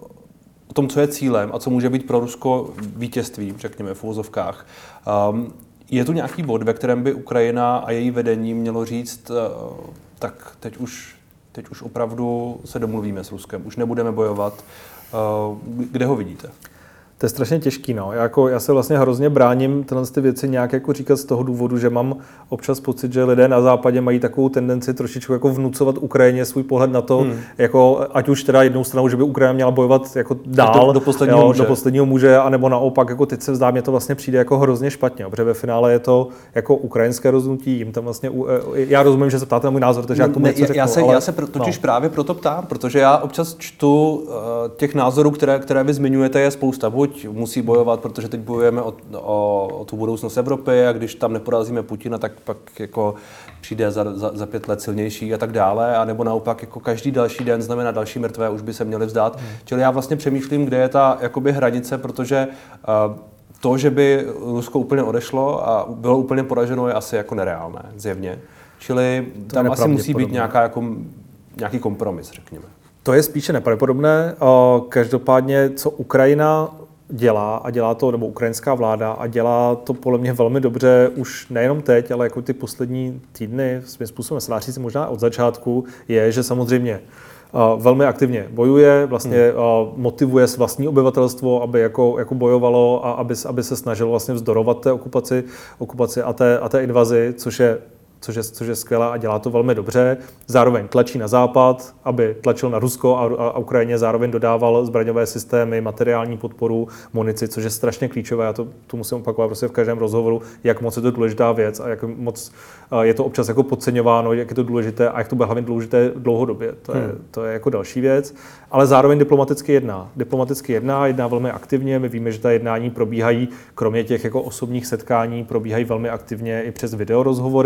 o tom, co je cílem a co může být pro Rusko vítězstvím, řekněme, v uvozovkách. Um, je tu nějaký bod, ve kterém by Ukrajina a její vedení mělo říct, uh, tak teď už, teď už opravdu se domluvíme s Ruskem, už nebudeme bojovat. Uh, kde ho vidíte? To je strašně těžký, no. Já, jako, já se vlastně hrozně bráním tyhle ty věci nějak jako říkat z toho důvodu, že mám občas pocit, že lidé na západě mají takovou tendenci trošičku jako vnucovat Ukrajině svůj pohled na to, hmm. jako ať už teda jednou stranou, že by Ukrajina měla bojovat jako dál do, do, posledního, jo, muže. do posledního muže, anebo naopak, jako teď se zdá, mě to vlastně přijde jako hrozně špatně, protože ve finále je to jako ukrajinské rozhodnutí, jim tam vlastně, já rozumím, že se ptáte na můj názor, takže já k tomu něco řeknu. Já se, ale, já se pr- totiž no. právě proto ptám, protože já občas čtu uh, těch názorů, které, které vy zmiňujete, je spousta. Buď musí bojovat, protože teď bojujeme o, o, o tu budoucnost Evropy a když tam neporazíme Putina, tak pak jako přijde za, za, za pět let silnější a tak dále, a nebo naopak jako každý další den znamená další mrtvé, už by se měli vzdát. Hmm. Čili já vlastně přemýšlím, kde je ta jakoby hranice, protože uh, to, že by Rusko úplně odešlo a bylo úplně poraženo, je asi jako nereálné, zjevně. Čili to tam asi musí být nějaká, jako, nějaký kompromis, řekněme. To je spíše nepravděpodobné. Každopádně, co Ukrajina dělá a dělá to, nebo ukrajinská vláda a dělá to podle mě velmi dobře už nejenom teď, ale jako ty poslední týdny, svým způsobem se dá říct možná od začátku, je, že samozřejmě uh, velmi aktivně bojuje, vlastně uh, motivuje vlastní obyvatelstvo, aby jako, jako bojovalo a aby, aby se snažilo vlastně vzdorovat té okupaci, okupaci a, té, a té invazi, což je Což je, což je skvělé a dělá to velmi dobře. Zároveň tlačí na Západ, aby tlačil na Rusko a, a Ukrajině zároveň dodával zbraňové systémy, materiální podporu, munici, což je strašně klíčové. Já to, to musím opakovat prostě v každém rozhovoru, jak moc je to důležitá věc a jak moc je to občas jako podceňováno, jak je to důležité a jak to bude hlavně důležité dlouhodobě. To je, hmm. to je jako další věc. Ale zároveň diplomaticky jedná. Diplomaticky jedná, jedná velmi aktivně. My víme, že ta jednání probíhají, kromě těch jako osobních setkání, probíhají velmi aktivně i přes videorozhovory. Hmm.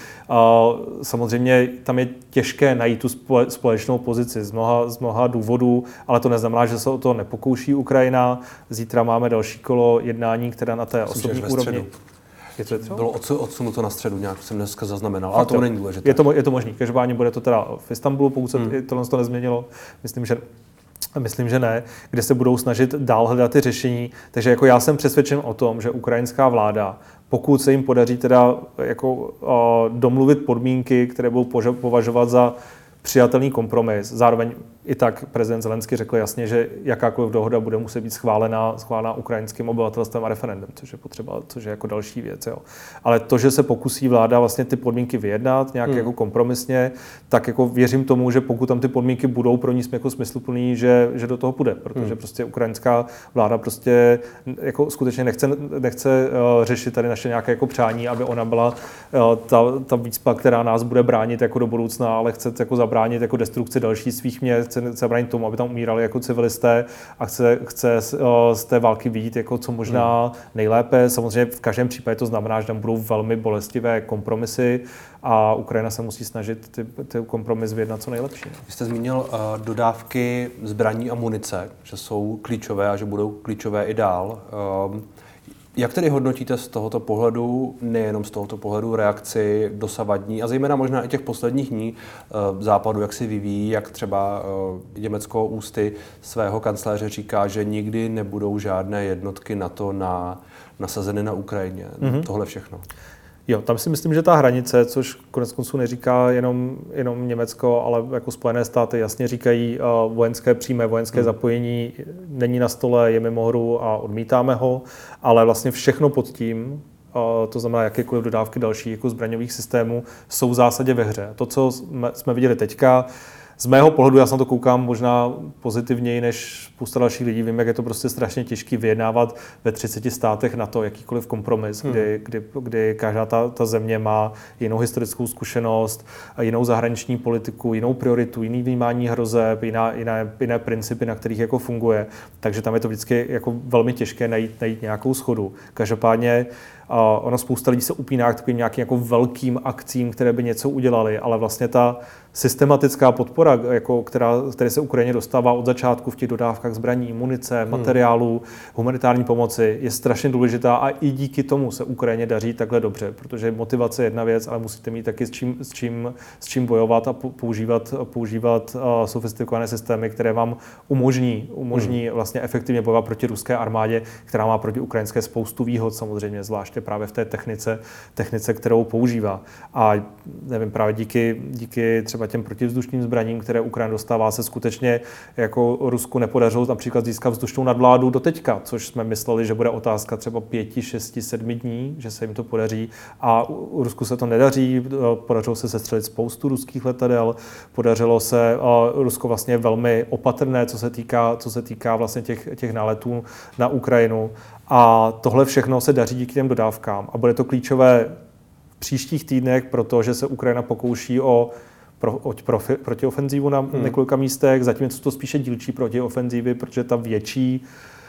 Samozřejmě tam je těžké najít tu společnou pozici z mnoha, z mnoha důvodů, ale to neznamená, že se o to nepokouší Ukrajina. Zítra máme další kolo jednání, které na té Myslím, osobní úrovni. Je to Bylo odsunuto na středu, nějak jsem dneska zaznamenal, ale to, to není důležité. Je to, je to možný. Každopádně bude to teda v Istanbulu, pokud se hmm. tohle to nezměnilo. Myslím, že Myslím, že ne, kde se budou snažit dál hledat ty řešení. Takže jako já jsem přesvědčen o tom, že ukrajinská vláda, pokud se jim podaří teda jako uh, domluvit podmínky, které budou považovat za přijatelný kompromis. Zároveň i tak prezident Zelenský řekl jasně, že jakákoliv dohoda bude muset být schválená, schválená ukrajinským obyvatelstvem a referendem, což je potřeba, což je jako další věc. Jo. Ale to, že se pokusí vláda vlastně ty podmínky vyjednat nějak hmm. jako kompromisně, tak jako věřím tomu, že pokud tam ty podmínky budou pro ní jako smysluplný, že, že do toho půjde, protože hmm. prostě ukrajinská vláda prostě jako skutečně nechce, nechce uh, řešit tady naše nějaké jako přání, aby ona byla uh, ta, ta výcpa, která nás bude bránit jako do budoucna, ale chce jako zabránit jako destrukci dalších svých měst, chce zabránit tomu, aby tam umírali jako civilisté a chce, chce z té války vyjít jako co možná nejlépe. Samozřejmě v každém případě to znamená, že tam budou velmi bolestivé kompromisy a Ukrajina se musí snažit ty, ty kompromis vyjednat co nejlepší. Vy jste zmínil uh, dodávky zbraní a munice, že jsou klíčové a že budou klíčové i dál. Uh, Jak tedy hodnotíte z tohoto pohledu, nejenom z tohoto pohledu, reakci dosavadní a zejména možná i těch posledních dní v západu, jak se vyvíjí, jak třeba Německo ústy svého kancléře říká, že nikdy nebudou žádné jednotky NATO na, nasazeny na Ukrajině. Mm-hmm. Tohle všechno. Jo, tam si myslím, že ta hranice, což konec konců neříká jenom, jenom Německo, ale jako Spojené státy jasně říkají, uh, vojenské přímé vojenské hmm. zapojení není na stole, je mimo hru a odmítáme ho, ale vlastně všechno pod tím, uh, to znamená jakékoliv dodávky dalších jako zbraňových systémů, jsou v zásadě ve hře. To, co jsme, jsme viděli teďka, z mého pohledu, já se na to koukám možná pozitivněji než spousta dalších lidí. Vím, jak je to prostě strašně těžké vyjednávat ve třiceti státech NATO jakýkoliv kompromis, hmm. kdy, kdy, kdy každá ta, ta země má jinou historickou zkušenost, jinou zahraniční politiku, jinou prioritu, jiný vnímání hrozeb, jiná, jiné, jiné principy, na kterých jako funguje. Takže tam je to vždycky jako velmi těžké najít, najít nějakou shodu. Každopádně Uh, ono spousta lidí se upíná k takovým nějakým jako velkým akcím, které by něco udělali, ale vlastně ta systematická podpora, jako, která, které se Ukrajině dostává od začátku v těch dodávkách zbraní, munice, hmm. materiálů, humanitární pomoci, je strašně důležitá a i díky tomu se Ukrajině daří takhle dobře, protože motivace je jedna věc, ale musíte mít taky s čím, s čím, s čím bojovat a používat, používat uh, sofistikované systémy, které vám umožní, umožní hmm. vlastně efektivně bojovat proti ruské armádě, která má proti ukrajinské spoustu výhod samozřejmě, zvláště právě v té technice, technice, kterou používá. A nevím, právě díky, díky třeba těm protivzdušným zbraním, které Ukrajina dostává, se skutečně jako Rusku nepodařilo například získat vzdušnou nadvládu doteďka, což jsme mysleli, že bude otázka třeba pěti, šesti, sedmi dní, že se jim to podaří. A u Rusku se to nedaří, podařilo se sestřelit spoustu ruských letadel, podařilo se, Rusko vlastně velmi opatrné, co se týká, co se týká vlastně těch, těch náletů na Ukrajinu. A tohle všechno se daří díky těm dodávkám. A bude to klíčové v příštích týdnech, protože se Ukrajina pokouší o pro, o profi, protiofenzívu na hmm. několika místech. Zatím jsou to spíše dílčí protiofenzívy, protože ta větší,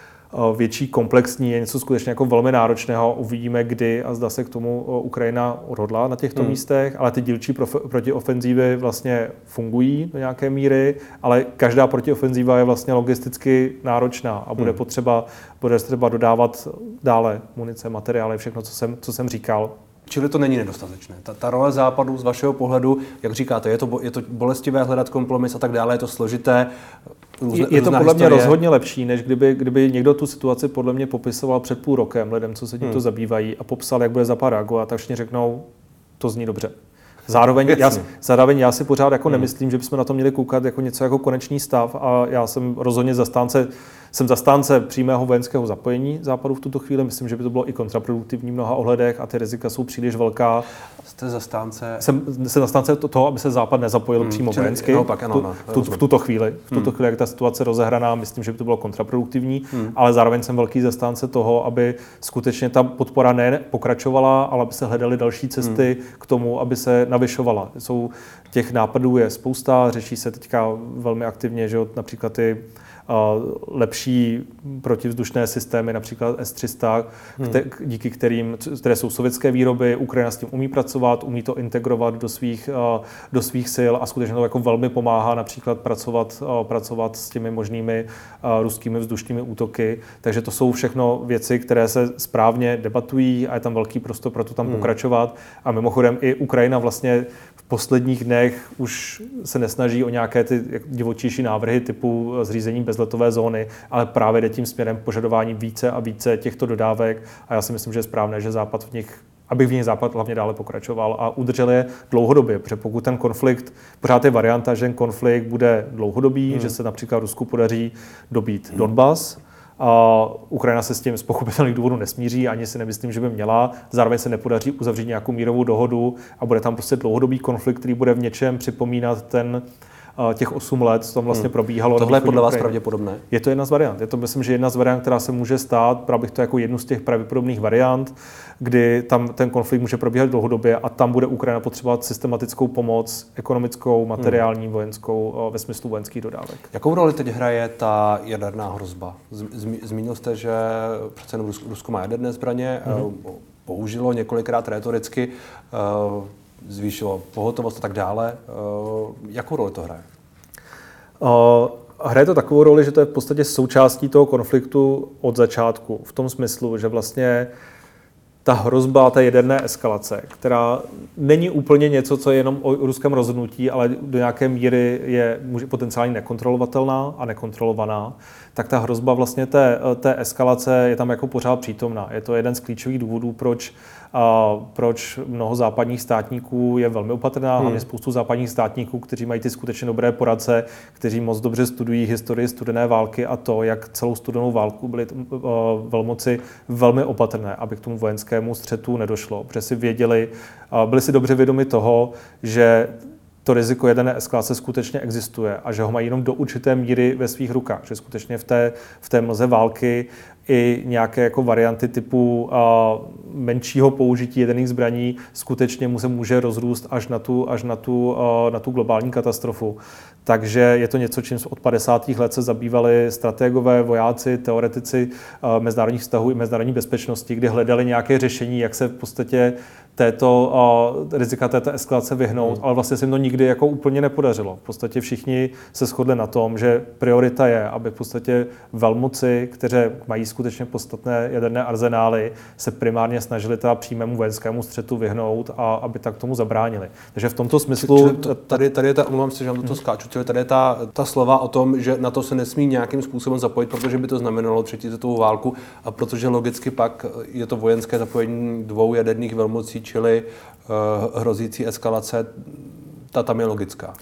větší komplexní je něco skutečně jako velmi náročného. Uvidíme, kdy a zda se k tomu Ukrajina odhodlá na těchto hmm. místech, ale ty dílčí prof, protiofenzívy vlastně fungují do nějaké míry, ale každá protiofenzíva je vlastně logisticky náročná a bude hmm. potřeba, bude třeba dodávat dále munice, materiály, všechno, co jsem, co jsem říkal. Čili to není nedostatečné. Ta, ta role Západu z vašeho pohledu, jak říkáte, je to, je to bolestivé hledat kompromis a tak dále, je to složité. Různe, je to podle mě rozhodně lepší, než kdyby, kdyby někdo tu situaci podle mě popisoval před půl rokem lidem, co se tímto hmm. zabývají a popsal, jak bude Západ reagovat, tak všichni řeknou, to zní dobře. Zároveň já, zároveň já si pořád jako hmm. nemyslím, že bychom na to měli koukat jako něco jako konečný stav a já jsem rozhodně zastánce, jsem zastánce přímého vojenského zapojení Západu v tuto chvíli. Myslím, že by to bylo i kontraproduktivní v mnoha ohledech a ty rizika jsou příliš velká. Jste zastánce? Jsem, jsem zastánce toho, aby se Západ nezapojil hmm. přímo vojensky. Naopak, ano, no, v, tu, v tuto chvíli. V tuto hmm. chvíli, jak ta situace rozehraná, myslím, že by to bylo kontraproduktivní, hmm. ale zároveň jsem velký zastánce toho, aby skutečně ta podpora ne pokračovala, ale aby se hledaly další cesty hmm. k tomu, aby se navyšovala. Jsou těch nápadů je spousta, řeší se teďka velmi aktivně, že například ty lepší protivzdušné systémy, například S tři sta, hmm. díky kterým, které jsou sovětské výroby, Ukrajina s tím umí pracovat, umí to integrovat do svých, do svých sil a skutečně to jako velmi pomáhá například pracovat, pracovat s těmi možnými ruskými vzdušnými útoky. Takže to jsou všechno věci, které se správně debatují a je tam velký prostor pro to tam hmm. pokračovat. A mimochodem i Ukrajina vlastně v posledních dnech už se nesnaží o nějaké ty divočejší návrhy typu zřízení bezletové zóny, ale právě jde tím směrem požadování více a více těchto dodávek a já si myslím, že je správné, že Západ v nich, aby v nich Západ hlavně dále pokračoval a udržel je dlouhodobě, protože pokud ten konflikt, pořád je varianta, že ten konflikt bude dlouhodobý, hmm. že se například Rusku podaří dobít hmm. Donbas, a Ukrajina se s tím z pochopitelných důvodů nesmíří, ani si nemyslím, že by měla. Zároveň se nepodaří uzavřít nějakou mírovou dohodu a bude tam prostě dlouhodobý konflikt, který bude v něčem připomínat ten těch osm let, co tam vlastně hmm. probíhalo. Tohle je podle vás pravděpodobné? Je to jedna z variant. Je to, myslím, že jedna z variant, která se může stát, bral bych to jako jednu z těch pravděpodobných variant, kdy tam ten konflikt může probíhat dlouhodobě a tam bude Ukrajina potřebovat systematickou pomoc, ekonomickou, materiální, hmm. vojenskou, ve smyslu vojenských dodávek. Jakou roli teď hraje ta jaderná hrozba? Zmínil jste, že přece jenom Rusko má jaderné zbraně, hmm. použilo několikrát rétoricky, zvýšilo pohotovost a tak dále. Jakou roli to hraje? Hraje to takovou roli, že to je v podstatě součástí toho konfliktu od začátku. V tom smyslu, že vlastně ta hrozba té jaderné eskalace, která není úplně něco, co je jenom o ruském rozhodnutí, ale do nějaké míry je potenciálně nekontrolovatelná a nekontrolovaná, tak ta hrozba vlastně té, té eskalace je tam jako pořád přítomná. Je to jeden z klíčových důvodů, proč A proč mnoho západních státníků je velmi opatrná, hmm. hlavně spoustu západních státníků, kteří mají ty skutečně dobré poradce, kteří moc dobře studují historii studené války a to, jak celou studenou válku byly uh, velmoci velmi opatrné, aby k tomu vojenskému střetu nedošlo, protože si věděli, uh, byli si dobře vědomi toho, že to riziko jaderné eskalace skutečně existuje a že ho mají jenom do určité míry ve svých rukách, že skutečně v té, v té mlze války i nějaké jako varianty typu uh, menšího použití jaderných zbraní skutečně mu se může rozrůst až na tu, až na tu, uh, na tu globální katastrofu. Takže je to něco, čím od padesátých let se zabývali strategové, vojáci, teoretici uh, mezinárodních vztahů i mezinárodní bezpečnosti, kdy hledali nějaké řešení, jak se v podstatě této uh, rizika této eskalace vyhnout, hmm. ale vlastně se jim to nikdy jako úplně nepodařilo. V podstatě všichni se shodli na tom, že priorita je, aby v podstatě velmoci, které mají skutečně podstatné jaderné arzenály, se primárně snažili teda přímému vojenskému střetu vyhnout a aby tak tomu zabránili. Takže v tomto smyslu... To, tady, tady je ta, omlouvám se, že vám do toho skáču, čili tady je ta, ta slova o tom, že na to se nesmí nějakým způsobem zapojit, protože by to znamenalo třetí světovou válku a protože logicky pak je to vojenské zapojení dvou jaderných velmocí, čili uh, hrozící eskalace, ta tam je logická.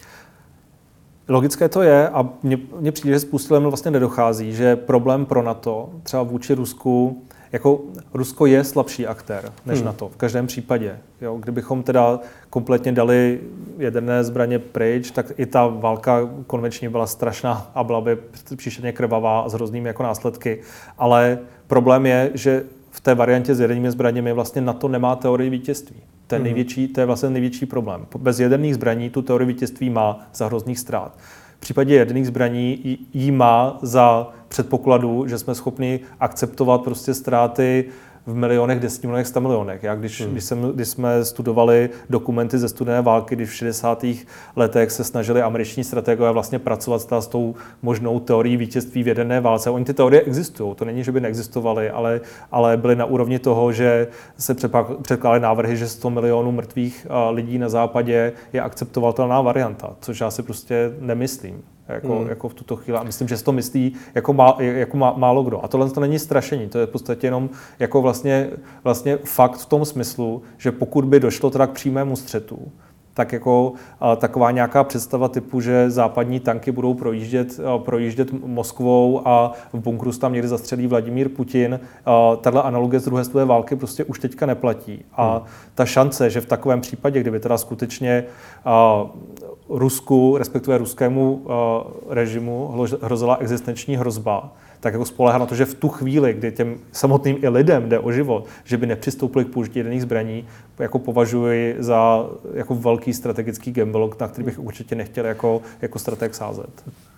Logické to je a mně přijde, že způsobem vlastně nedochází, že problém pro NATO, třeba vůči Rusku, jako Rusko je slabší aktér než hmm. NATO v každém případě. Jo, kdybychom teda kompletně dali jaderné zbraně pryč, tak i ta válka konvenčně byla strašná a byla by příšerně krvavá a s hroznými jako následky. Ale problém je, že v té variantě s jadernými zbraněmi vlastně NATO nemá teorii vítězství. To je, největší, to je vlastně největší problém. Bez jaderných zbraní tu teorii vítězství má za hrozných ztrát. V případě jaderných zbraní ji má za předpokladu, že jsme schopni akceptovat prostě ztráty v milionech, deseti milionech, sta milionech. Já když, hmm. když, jsem, když jsme studovali dokumenty ze studené války, když v šedesátých letech se snažili američtí strategové vlastně pracovat s tou možnou teorií vítězství v jaderné válce. Oni ty teorie existují, to není, že by neexistovaly, ale, ale byly na úrovni toho, že se předkládaly návrhy, že sto milionů mrtvých lidí na západě je akceptovatelná varianta, což já si prostě nemyslím. Jako, hmm. jako v tuto chvíli. A myslím, že si to myslí jako, má, jako má, málo kdo. A tohle to není strašení, to je v podstatě jenom jako vlastně, vlastně fakt v tom smyslu, že pokud by došlo teda k přímému střetu, tak jako a, taková nějaká představa typu, že západní tanky budou projíždět, a, projíždět Moskvou a v bunkru tam někdy zastřelí Vladimír Putin, tahle analogie z druhé světové války prostě už teďka neplatí. A hmm. ta šance, že v takovém případě, kdyby teda skutečně a, Rusku, respektive ruskému uh, režimu hrozila existenční hrozba, tak jako spoléhá na to, že v tu chvíli, kdy těm samotným i lidem jde o život, že by nepřistoupili k použití jaderných zbraní, jako považuji za jako velký strategický gamble, na který bych určitě nechtěl jako, jako strateg sázet.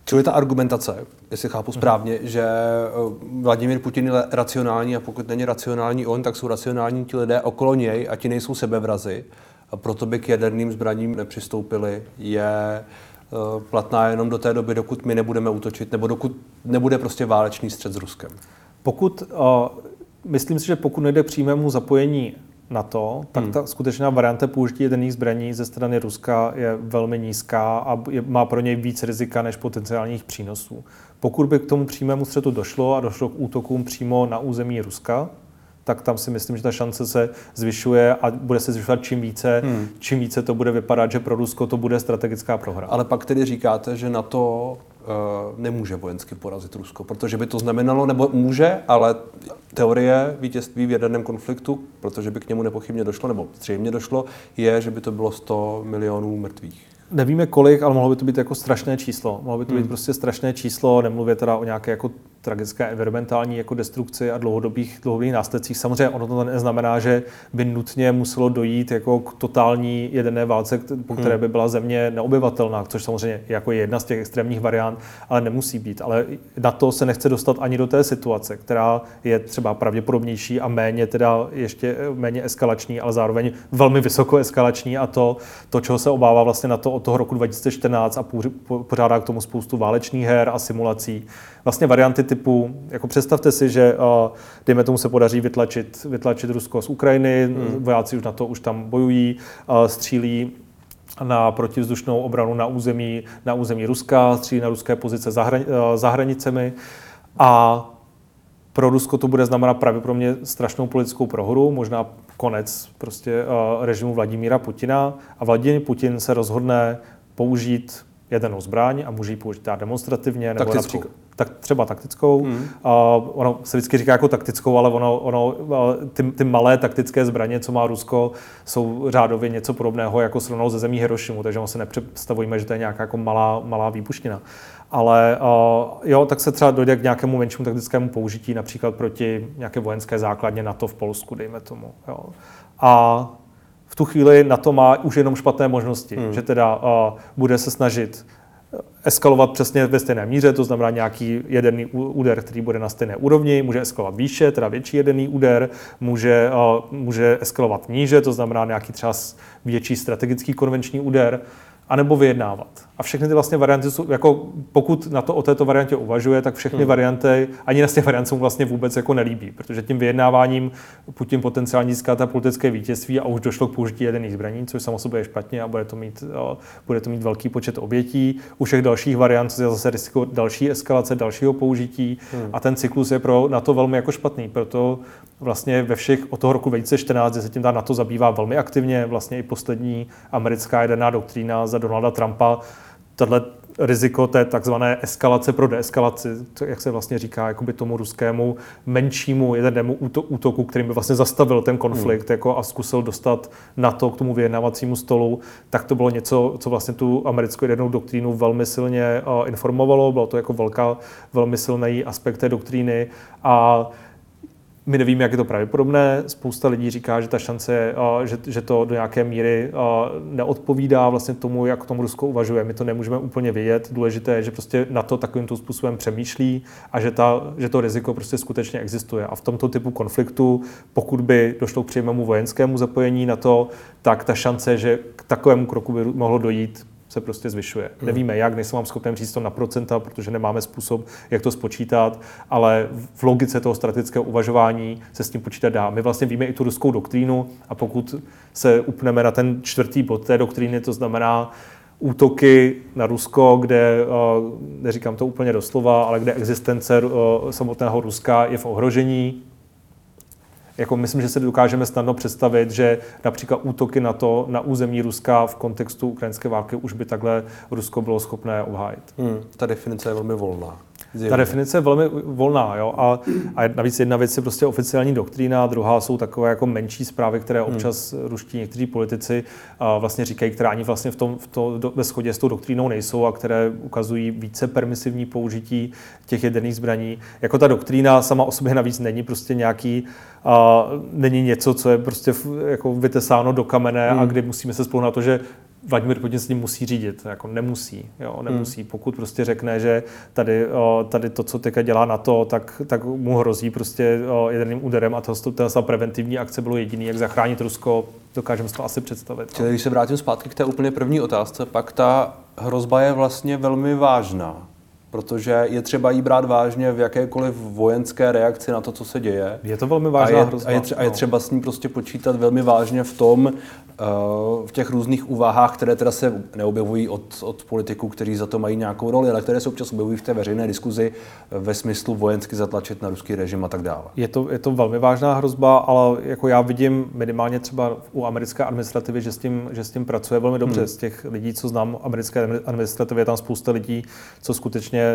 Čili ta argumentace, jestli chápu správně, hmm. že Vladimír Putin je racionální a pokud není racionální on, tak jsou racionální ti lidé okolo něj a ti nejsou sebevrazi. A proto by k jaderným zbraním nepřistoupili, je platná jenom do té doby, dokud my nebudeme útočit, nebo dokud nebude prostě válečný střet s Ruskem. Pokud, uh, myslím si, že pokud nejde k přímému zapojení NATO, tak hmm. ta skutečná varianta použití jaderných zbraní ze strany Ruska je velmi nízká a je, má pro něj víc rizika než potenciálních přínosů. Pokud by k tomu přímému střetu došlo a došlo k útokům přímo na území Ruska, tak tam si myslím, že ta šance se zvyšuje a bude se zvyšovat čím více, hmm. čím více to bude vypadat, že pro Rusko to bude strategická prohra. Ale pak tedy říkáte, že NATO uh, nemůže vojensky porazit Rusko, protože by to znamenalo, nebo může, ale teorie vítězství v jaderném konfliktu, protože by k němu nepochybně došlo, nebo zřejmě došlo, je, že by to bylo sto milionů mrtvých. Nevíme kolik, ale mohlo by to být jako strašné číslo. Mohlo by to být hmm. prostě strašné číslo, nemluvě teda o nějaké jako tragické environmentální jako destrukci a dlouhodobých, dlouhodobých následcích. Samozřejmě ono to neznamená, že by nutně muselo dojít jako k totální jaderné válce, po které by byla země neobyvatelná, což samozřejmě jako je jedna z těch extrémních variant, ale nemusí být. Ale na to se nechce dostat ani do té situace, která je třeba pravděpodobnější a méně teda ještě méně eskalační, ale zároveň velmi vysoko eskalační a to, to čeho se obává vlastně na to od toho roku dva tisíce čtrnáct a pořádá k tomu spoustu válečných her a simulací. Vlastně varianty typu, jako představte si, že dejme tomu se podaří vytlačit, vytlačit Rusko z Ukrajiny, hmm. vojáci už na to už tam bojují, střílí na protivzdušnou obranu na území, na území Ruska, střílí na ruské pozice za, hran, za hranicemi a pro Rusko to bude znamenat pravděpodobně strašnou politickou prohru, možná konec prostě uh, režimu Vladimíra Putina a Vladimír Putin se rozhodne použít jadernou zbraň a může ji použít demonstrativně nebo například tak třeba taktickou. Hmm. Uh, ono se vždycky říká jako taktickou, ale ono, ono ty, ty malé taktické zbraně, co má Rusko, jsou řádově něco podobného jako srovnalo ze zemí Hirošimu, takže my se nepředstavujeme, že to je nějaká jako malá, malá výbušnina. Ale uh, jo, tak se třeba dojde k nějakému menšímu taktickému použití, například proti nějaké vojenské základně NATO v Polsku, dejme tomu. Jo. A v tu chvíli NATO má už jenom špatné možnosti, hmm. že teda uh, bude se snažit eskalovat přesně ve stejné míře, to znamená nějaký jaderný úder, který bude na stejné úrovni, může eskalovat výše, teda větší jaderný úder, může, uh, může eskalovat níže, to znamená nějaký třeba větší strategický konvenční úder, anebo vyjednávat. A všechny ty vlastně varianty jsou, jako pokud na to o této variantě uvažuje, tak všechny hmm. varianty, ani na těch variant mu vlastně vůbec jako nelíbí, protože tím vyjednáváním Putin potenciálně získá ta politické vítězství a už došlo k použití jaderných zbraní, což samo sobě je špatně a bude to mít, bude to mít velký počet obětí. U všech dalších variant je zase riziko další eskalace, dalšího použití hmm. a ten cyklus je pro NATO velmi jako špatný. Proto vlastně ve všech od toho roku dva tisíce čtrnáct se tím ta NATO zabývá velmi aktivně, vlastně i poslední americká jaderná doktrína za Donalda Trumpa, tohle riziko té takzvané eskalace pro deeskalaci, jak se vlastně říká, jakoby tomu ruskému menšímu jadernému útoku, kterým by vlastně zastavil ten konflikt hmm. jako a zkusil dostat NATO k tomu vyjednávacímu stolu, tak to bylo něco, co vlastně tu americkou jadernou doktrínu velmi silně uh, informovalo, bylo to jako velká, velmi silný aspekt té doktríny a my nevíme, jak je to pravděpodobné. Spousta lidí říká, že ta šance, že, že to do nějaké míry neodpovídá vlastně tomu, jak tomu Rusko uvažuje. My to nemůžeme úplně vědět. Důležité je, že prostě na to takovýmto způsobem přemýšlí a že, ta, že to riziko prostě skutečně existuje. A v tomto typu konfliktu, pokud by došlo k přímému vojenskému zapojení na to, tak ta šance, že k takovému kroku by mohlo dojít, se prostě zvyšuje. Hmm. Nevíme jak, nejsem vám schopen říct to na procenta, protože nemáme způsob, jak to spočítat, ale v logice toho strategického uvažování se s tím počítat dá. My vlastně víme i tu ruskou doktrínu a pokud se upneme na ten čtvrtý bod té doktríny, to znamená útoky na Rusko, kde, neříkám to úplně doslova, ale kde existence samotného Ruska je v ohrožení. Jako myslím, že se dokážeme snadno představit, že například útoky na to, na území Ruska v kontextu ukrajinské války už by takhle Rusko bylo schopné obhájit. Hmm, ta definice je velmi volná. Zjevně. Ta definice je velmi volná, jo. A, a navíc jedna věc je prostě oficiální doktrína, druhá jsou takové jako menší zprávy, které občas hmm. ruští někteří politici a vlastně říkají, které ani vlastně v tom, v to, do, ve shodě s tou doktrínou nejsou a které ukazují více permisivní použití těch jaderných zbraní. Jako ta doktrína sama o sobě navíc není prostě nějaký a není něco, co je prostě jako vytesáno do kamene hmm. a kdy musíme se spolu na to, že Vladimír Putin s ním musí řídit, jako nemusí, jo, nemusí. Hmm. Pokud prostě řekne, že tady, o, tady to, co teďka dělá NATO, tak, tak mu hrozí prostě o, jedným úderem a to, ta preventivní akce bylo jediný, jak zachránit Rusko, dokážeme si to asi představit. Čili když se vrátím zpátky k té úplně první otázce, pak ta hrozba je vlastně velmi vážná. Protože je třeba jí brát vážně v jakékoliv vojenské reakci na to, co se děje. Je to velmi vážná a je, hrozba. A je, třeba, a je třeba s ní prostě počítat velmi vážně v tom, v těch různých úvahách, které teda se neobjevují od, od politiků, kteří za to mají nějakou roli, ale které se občas objevují v té veřejné diskuzi ve smyslu vojensky zatlačit na ruský režim a tak dále. Je to, je to velmi vážná hrozba, ale jako já vidím minimálně třeba u americké administrativy, že s tím, že s tím pracuje velmi dobře. Hmm. Z těch lidí, co znám americké administrativy, je tam spousta lidí, co skutečně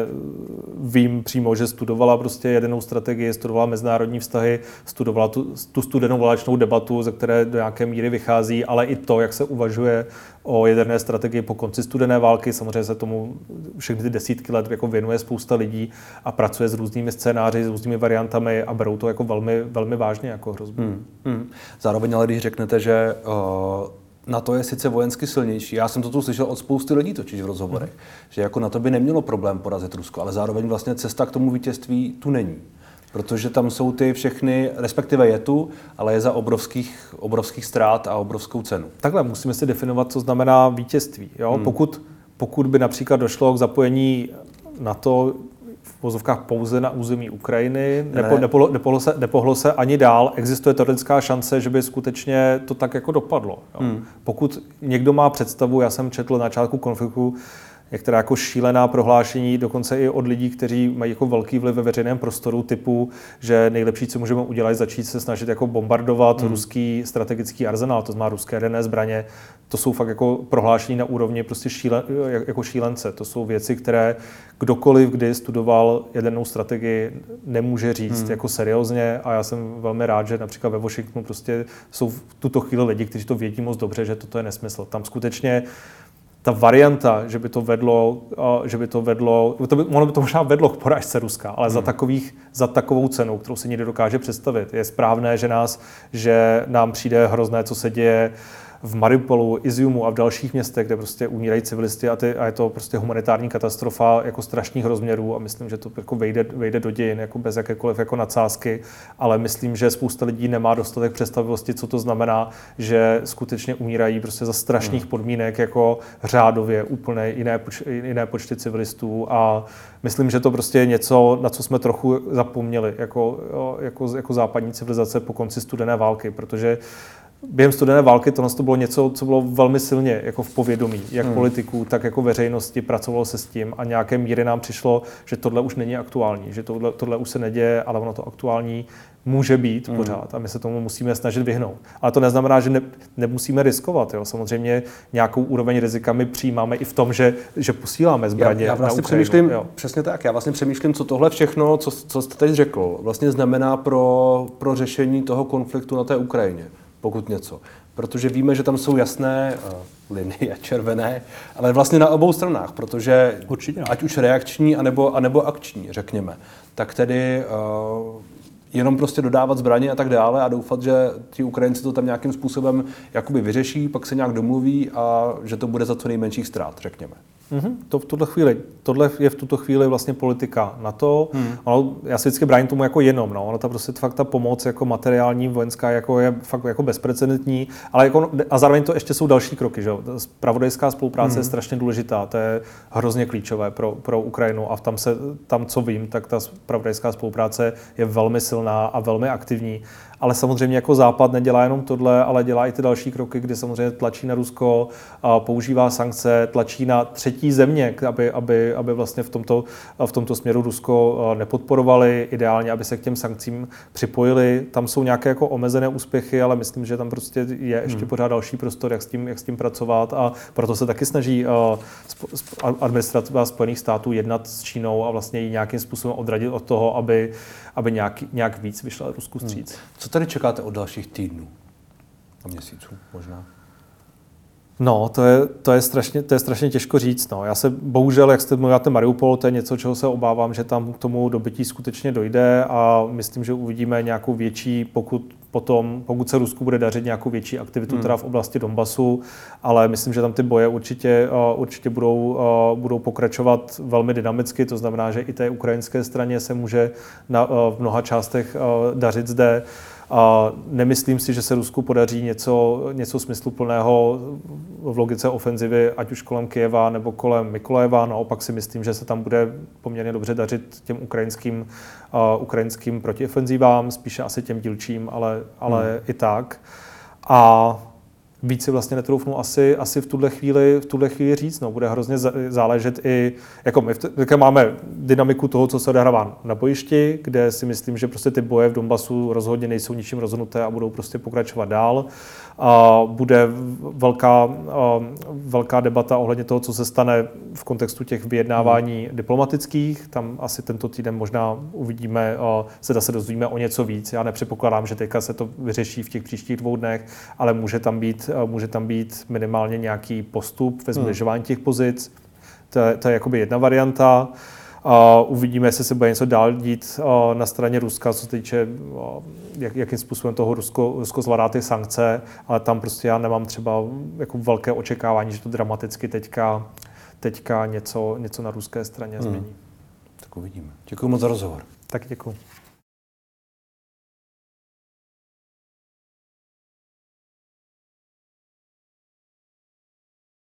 vím přímo, že studovala prostě jadernou strategii, studovala mezinárodní vztahy, studovala tu, tu studenou válečnou debatu, ze které do nějaké míry vychází, ale i to, jak se uvažuje o jaderné strategii po konci studené války. Samozřejmě se tomu všechny ty desítky let jako věnuje spousta lidí a pracuje s různými scénáři, s různými variantami a berou to jako velmi, velmi vážně jako hrozbu. Hmm, hmm. Zároveň ale když řeknete, že uh... NATO je sice vojensky silnější. Já jsem to tu slyšel od spousty lidí totiž v rozhovorech, mm. že jako NATO by nemělo problém porazit Rusko, ale zároveň vlastně cesta k tomu vítězství tu není. Protože tam jsou ty všechny, respektive je tu, ale je za obrovských, obrovských ztrát a obrovskou cenu. Takhle musíme si definovat, co znamená vítězství. Jo? Mm. Pokud, pokud by například došlo k zapojení NATO v vozovkách pouze na území Ukrajiny, nepo, nepohlo, nepohlo, se, nepohlo se ani dál, existuje teoretická šance, že by skutečně to tak jako dopadlo. Jo. Hmm. Pokud někdo má představu, já jsem četl na začátku konfliktu některá jako šílená prohlášení, dokonce i od lidí, kteří mají jako velký vliv ve veřejném prostoru, typu, že nejlepší, co můžeme udělat, je začít se snažit jako bombardovat hmm. ruský strategický arzenál, to znamená ruské jaderné zbraně. To jsou fakt jako prohlášení na úrovni prostě šíle, jako šílence. To jsou věci, které kdokoliv, kdy studoval jadernou strategii, nemůže říct hmm. jako seriózně, a já jsem velmi rád, že například ve Washingtonu prostě jsou v tuto chvíli lidi, kteří to vědí moc dobře, že toto je nesmysl. Tam skutečně ta varianta, že by to vedlo, že by to vedlo, to by, ono by to možná vedlo k porážce Ruska, ale hmm. za, takových, za takovou cenu, kterou si nikdo dokáže představit. Je správné, že, nás, že nám přijde hrozné, co se děje v Mariupolu, Iziumu a v dalších městech, kde prostě umírají civilisti a, ty, a je to prostě humanitární katastrofa jako strašných rozměrů a myslím, že to jako vejde, vejde do dějin jako bez jakékoliv jako nadsázky, ale myslím, že spousta lidí nemá dostatek představivosti, co to znamená, že skutečně umírají prostě za strašných podmínek jako řádově úplně jiné, jiné počty civilistů a myslím, že to prostě je něco, na co jsme trochu zapomněli jako, jako, jako západní civilizace po konci studené války, protože během studené války tohle to bylo něco, co bylo velmi silně jako v povědomí, jak hmm. politiků, tak jako veřejnosti, pracovalo se s tím a nějaké míry nám přišlo, že tohle už není aktuální, že tohle, tohle už se neděje, ale ono to aktuální může být hmm. pořád a my se tomu musíme snažit vyhnout. Ale to neznamená, že ne, nemusíme riskovat. Jo. Samozřejmě nějakou úroveň rizika my přijímáme i v tom, že, že posíláme zbraně já, já vlastně na Ukrajinu. Přemýšlím, jo. Přesně tak. Já vlastně přemýšlím, co tohle všechno, co, co jste teď řekl, vlastně znamená pro, pro řešení toho konfliktu na té Ukrajině. Pokud něco. Protože víme, že tam jsou jasné uh, linie, červené, ale vlastně na obou stranách, protože určitě, ať už reakční, anebo, anebo akční, řekněme, tak tedy uh, jenom prostě dodávat zbraně a tak dále a doufat, že ti Ukrajinci to tam nějakým způsobem jakoby vyřeší, pak se nějak domluví a že to bude za co nejmenších ztrát, řekněme. Mm-hmm. To v tuto chvíli, tohle je v tuto chvíli vlastně politika NATO. Hmm. Ono, já se vždycky bráním tomu jako jenom, no. Ono ta prostě fakt ta pomoc jako materiální, vojenská jako je fakt jako bezprecedentní, ale jako, a zároveň to ještě jsou další kroky, že jo. Zpravodajská spolupráce hmm. je strašně důležitá, to je hrozně klíčové pro, pro Ukrajinu a tam se, tam co vím, tak ta zpravodajská spolupráce je velmi silná a velmi aktivní. Ale samozřejmě jako Západ nedělá jenom tohle, ale dělá i ty další kroky, kdy samozřejmě tlačí na Rusko, používá sankce, tlačí na třetí země, aby, aby, aby vlastně v tomto, v tomto směru Rusko nepodporovali, ideálně, aby se k těm sankcím připojili. Tam jsou nějaké jako omezené úspěchy, ale myslím, že tam prostě je ještě hmm. pořád další prostor, jak s tím, jak s tím pracovat a proto se taky snaží administrativa Spojených států jednat s Čínou a vlastně ji nějakým způsobem odradit od toho, aby, aby nějak, nějak víc vyšla Rusku vstříc. Hmm. Co tady čekáte od dalších týdnů a měsíců možná? No, to je, to je, strašně, to je strašně těžko říct. No. Já se bohužel, jak jste mluvíte Mariupol, to je něco, čeho se obávám, že tam k tomu dobytí skutečně dojde a myslím, že uvidíme nějakou větší, pokud potom, pokud se Rusku bude dařit nějakou větší aktivitu hmm. teda v oblasti Donbasu, ale myslím, že tam ty boje určitě, určitě budou, budou pokračovat velmi dynamicky, to znamená, že i té ukrajinské straně se může na, v mnoha částech dařit zde. A nemyslím si, že se Rusku podaří něco, něco smysluplného v logice ofenzivy, ať už kolem Kyjeva nebo kolem Mykolajeva. Naopak si myslím, že se tam bude poměrně dobře dařit těm ukrajinským, uh, ukrajinským protiofenzivám, spíše asi těm dílčím, ale, ale hmm. i tak. A víc si vlastně netroufnu asi, asi v tuhle chvíli, v tuhle chvíli říct. No, bude hrozně záležet i, jako my v, máme dynamiku toho, co se odehrává na bojišti, kde si myslím, že prostě ty boje v Donbasu rozhodně nejsou ničím rozhodnuté a budou prostě pokračovat dál. A bude velká, velká debata ohledně toho, co se stane v kontextu těch vyjednávání hmm. diplomatických. Tam asi tento týden možná uvidíme, se zase dozvíme o něco víc. Já nepředpokládám, že teďka se to vyřeší v těch příštích dvou dnech, ale může tam být, může tam být minimálně nějaký postup ve zbližování těch pozic. To je, to je jakoby jedna varianta. Uh, uvidíme, jestli se bude něco dál dít uh, na straně Ruska, co se týče, uh, jak, jakým způsobem toho Rusko, Rusko zvládá ty sankce, ale tam prostě já nemám třeba jako velké očekávání, že to dramaticky teďka, teďka něco, něco na ruské straně hmm. změní. Tak uvidíme. Děkuji moc za rozhovor. Tak děkuji.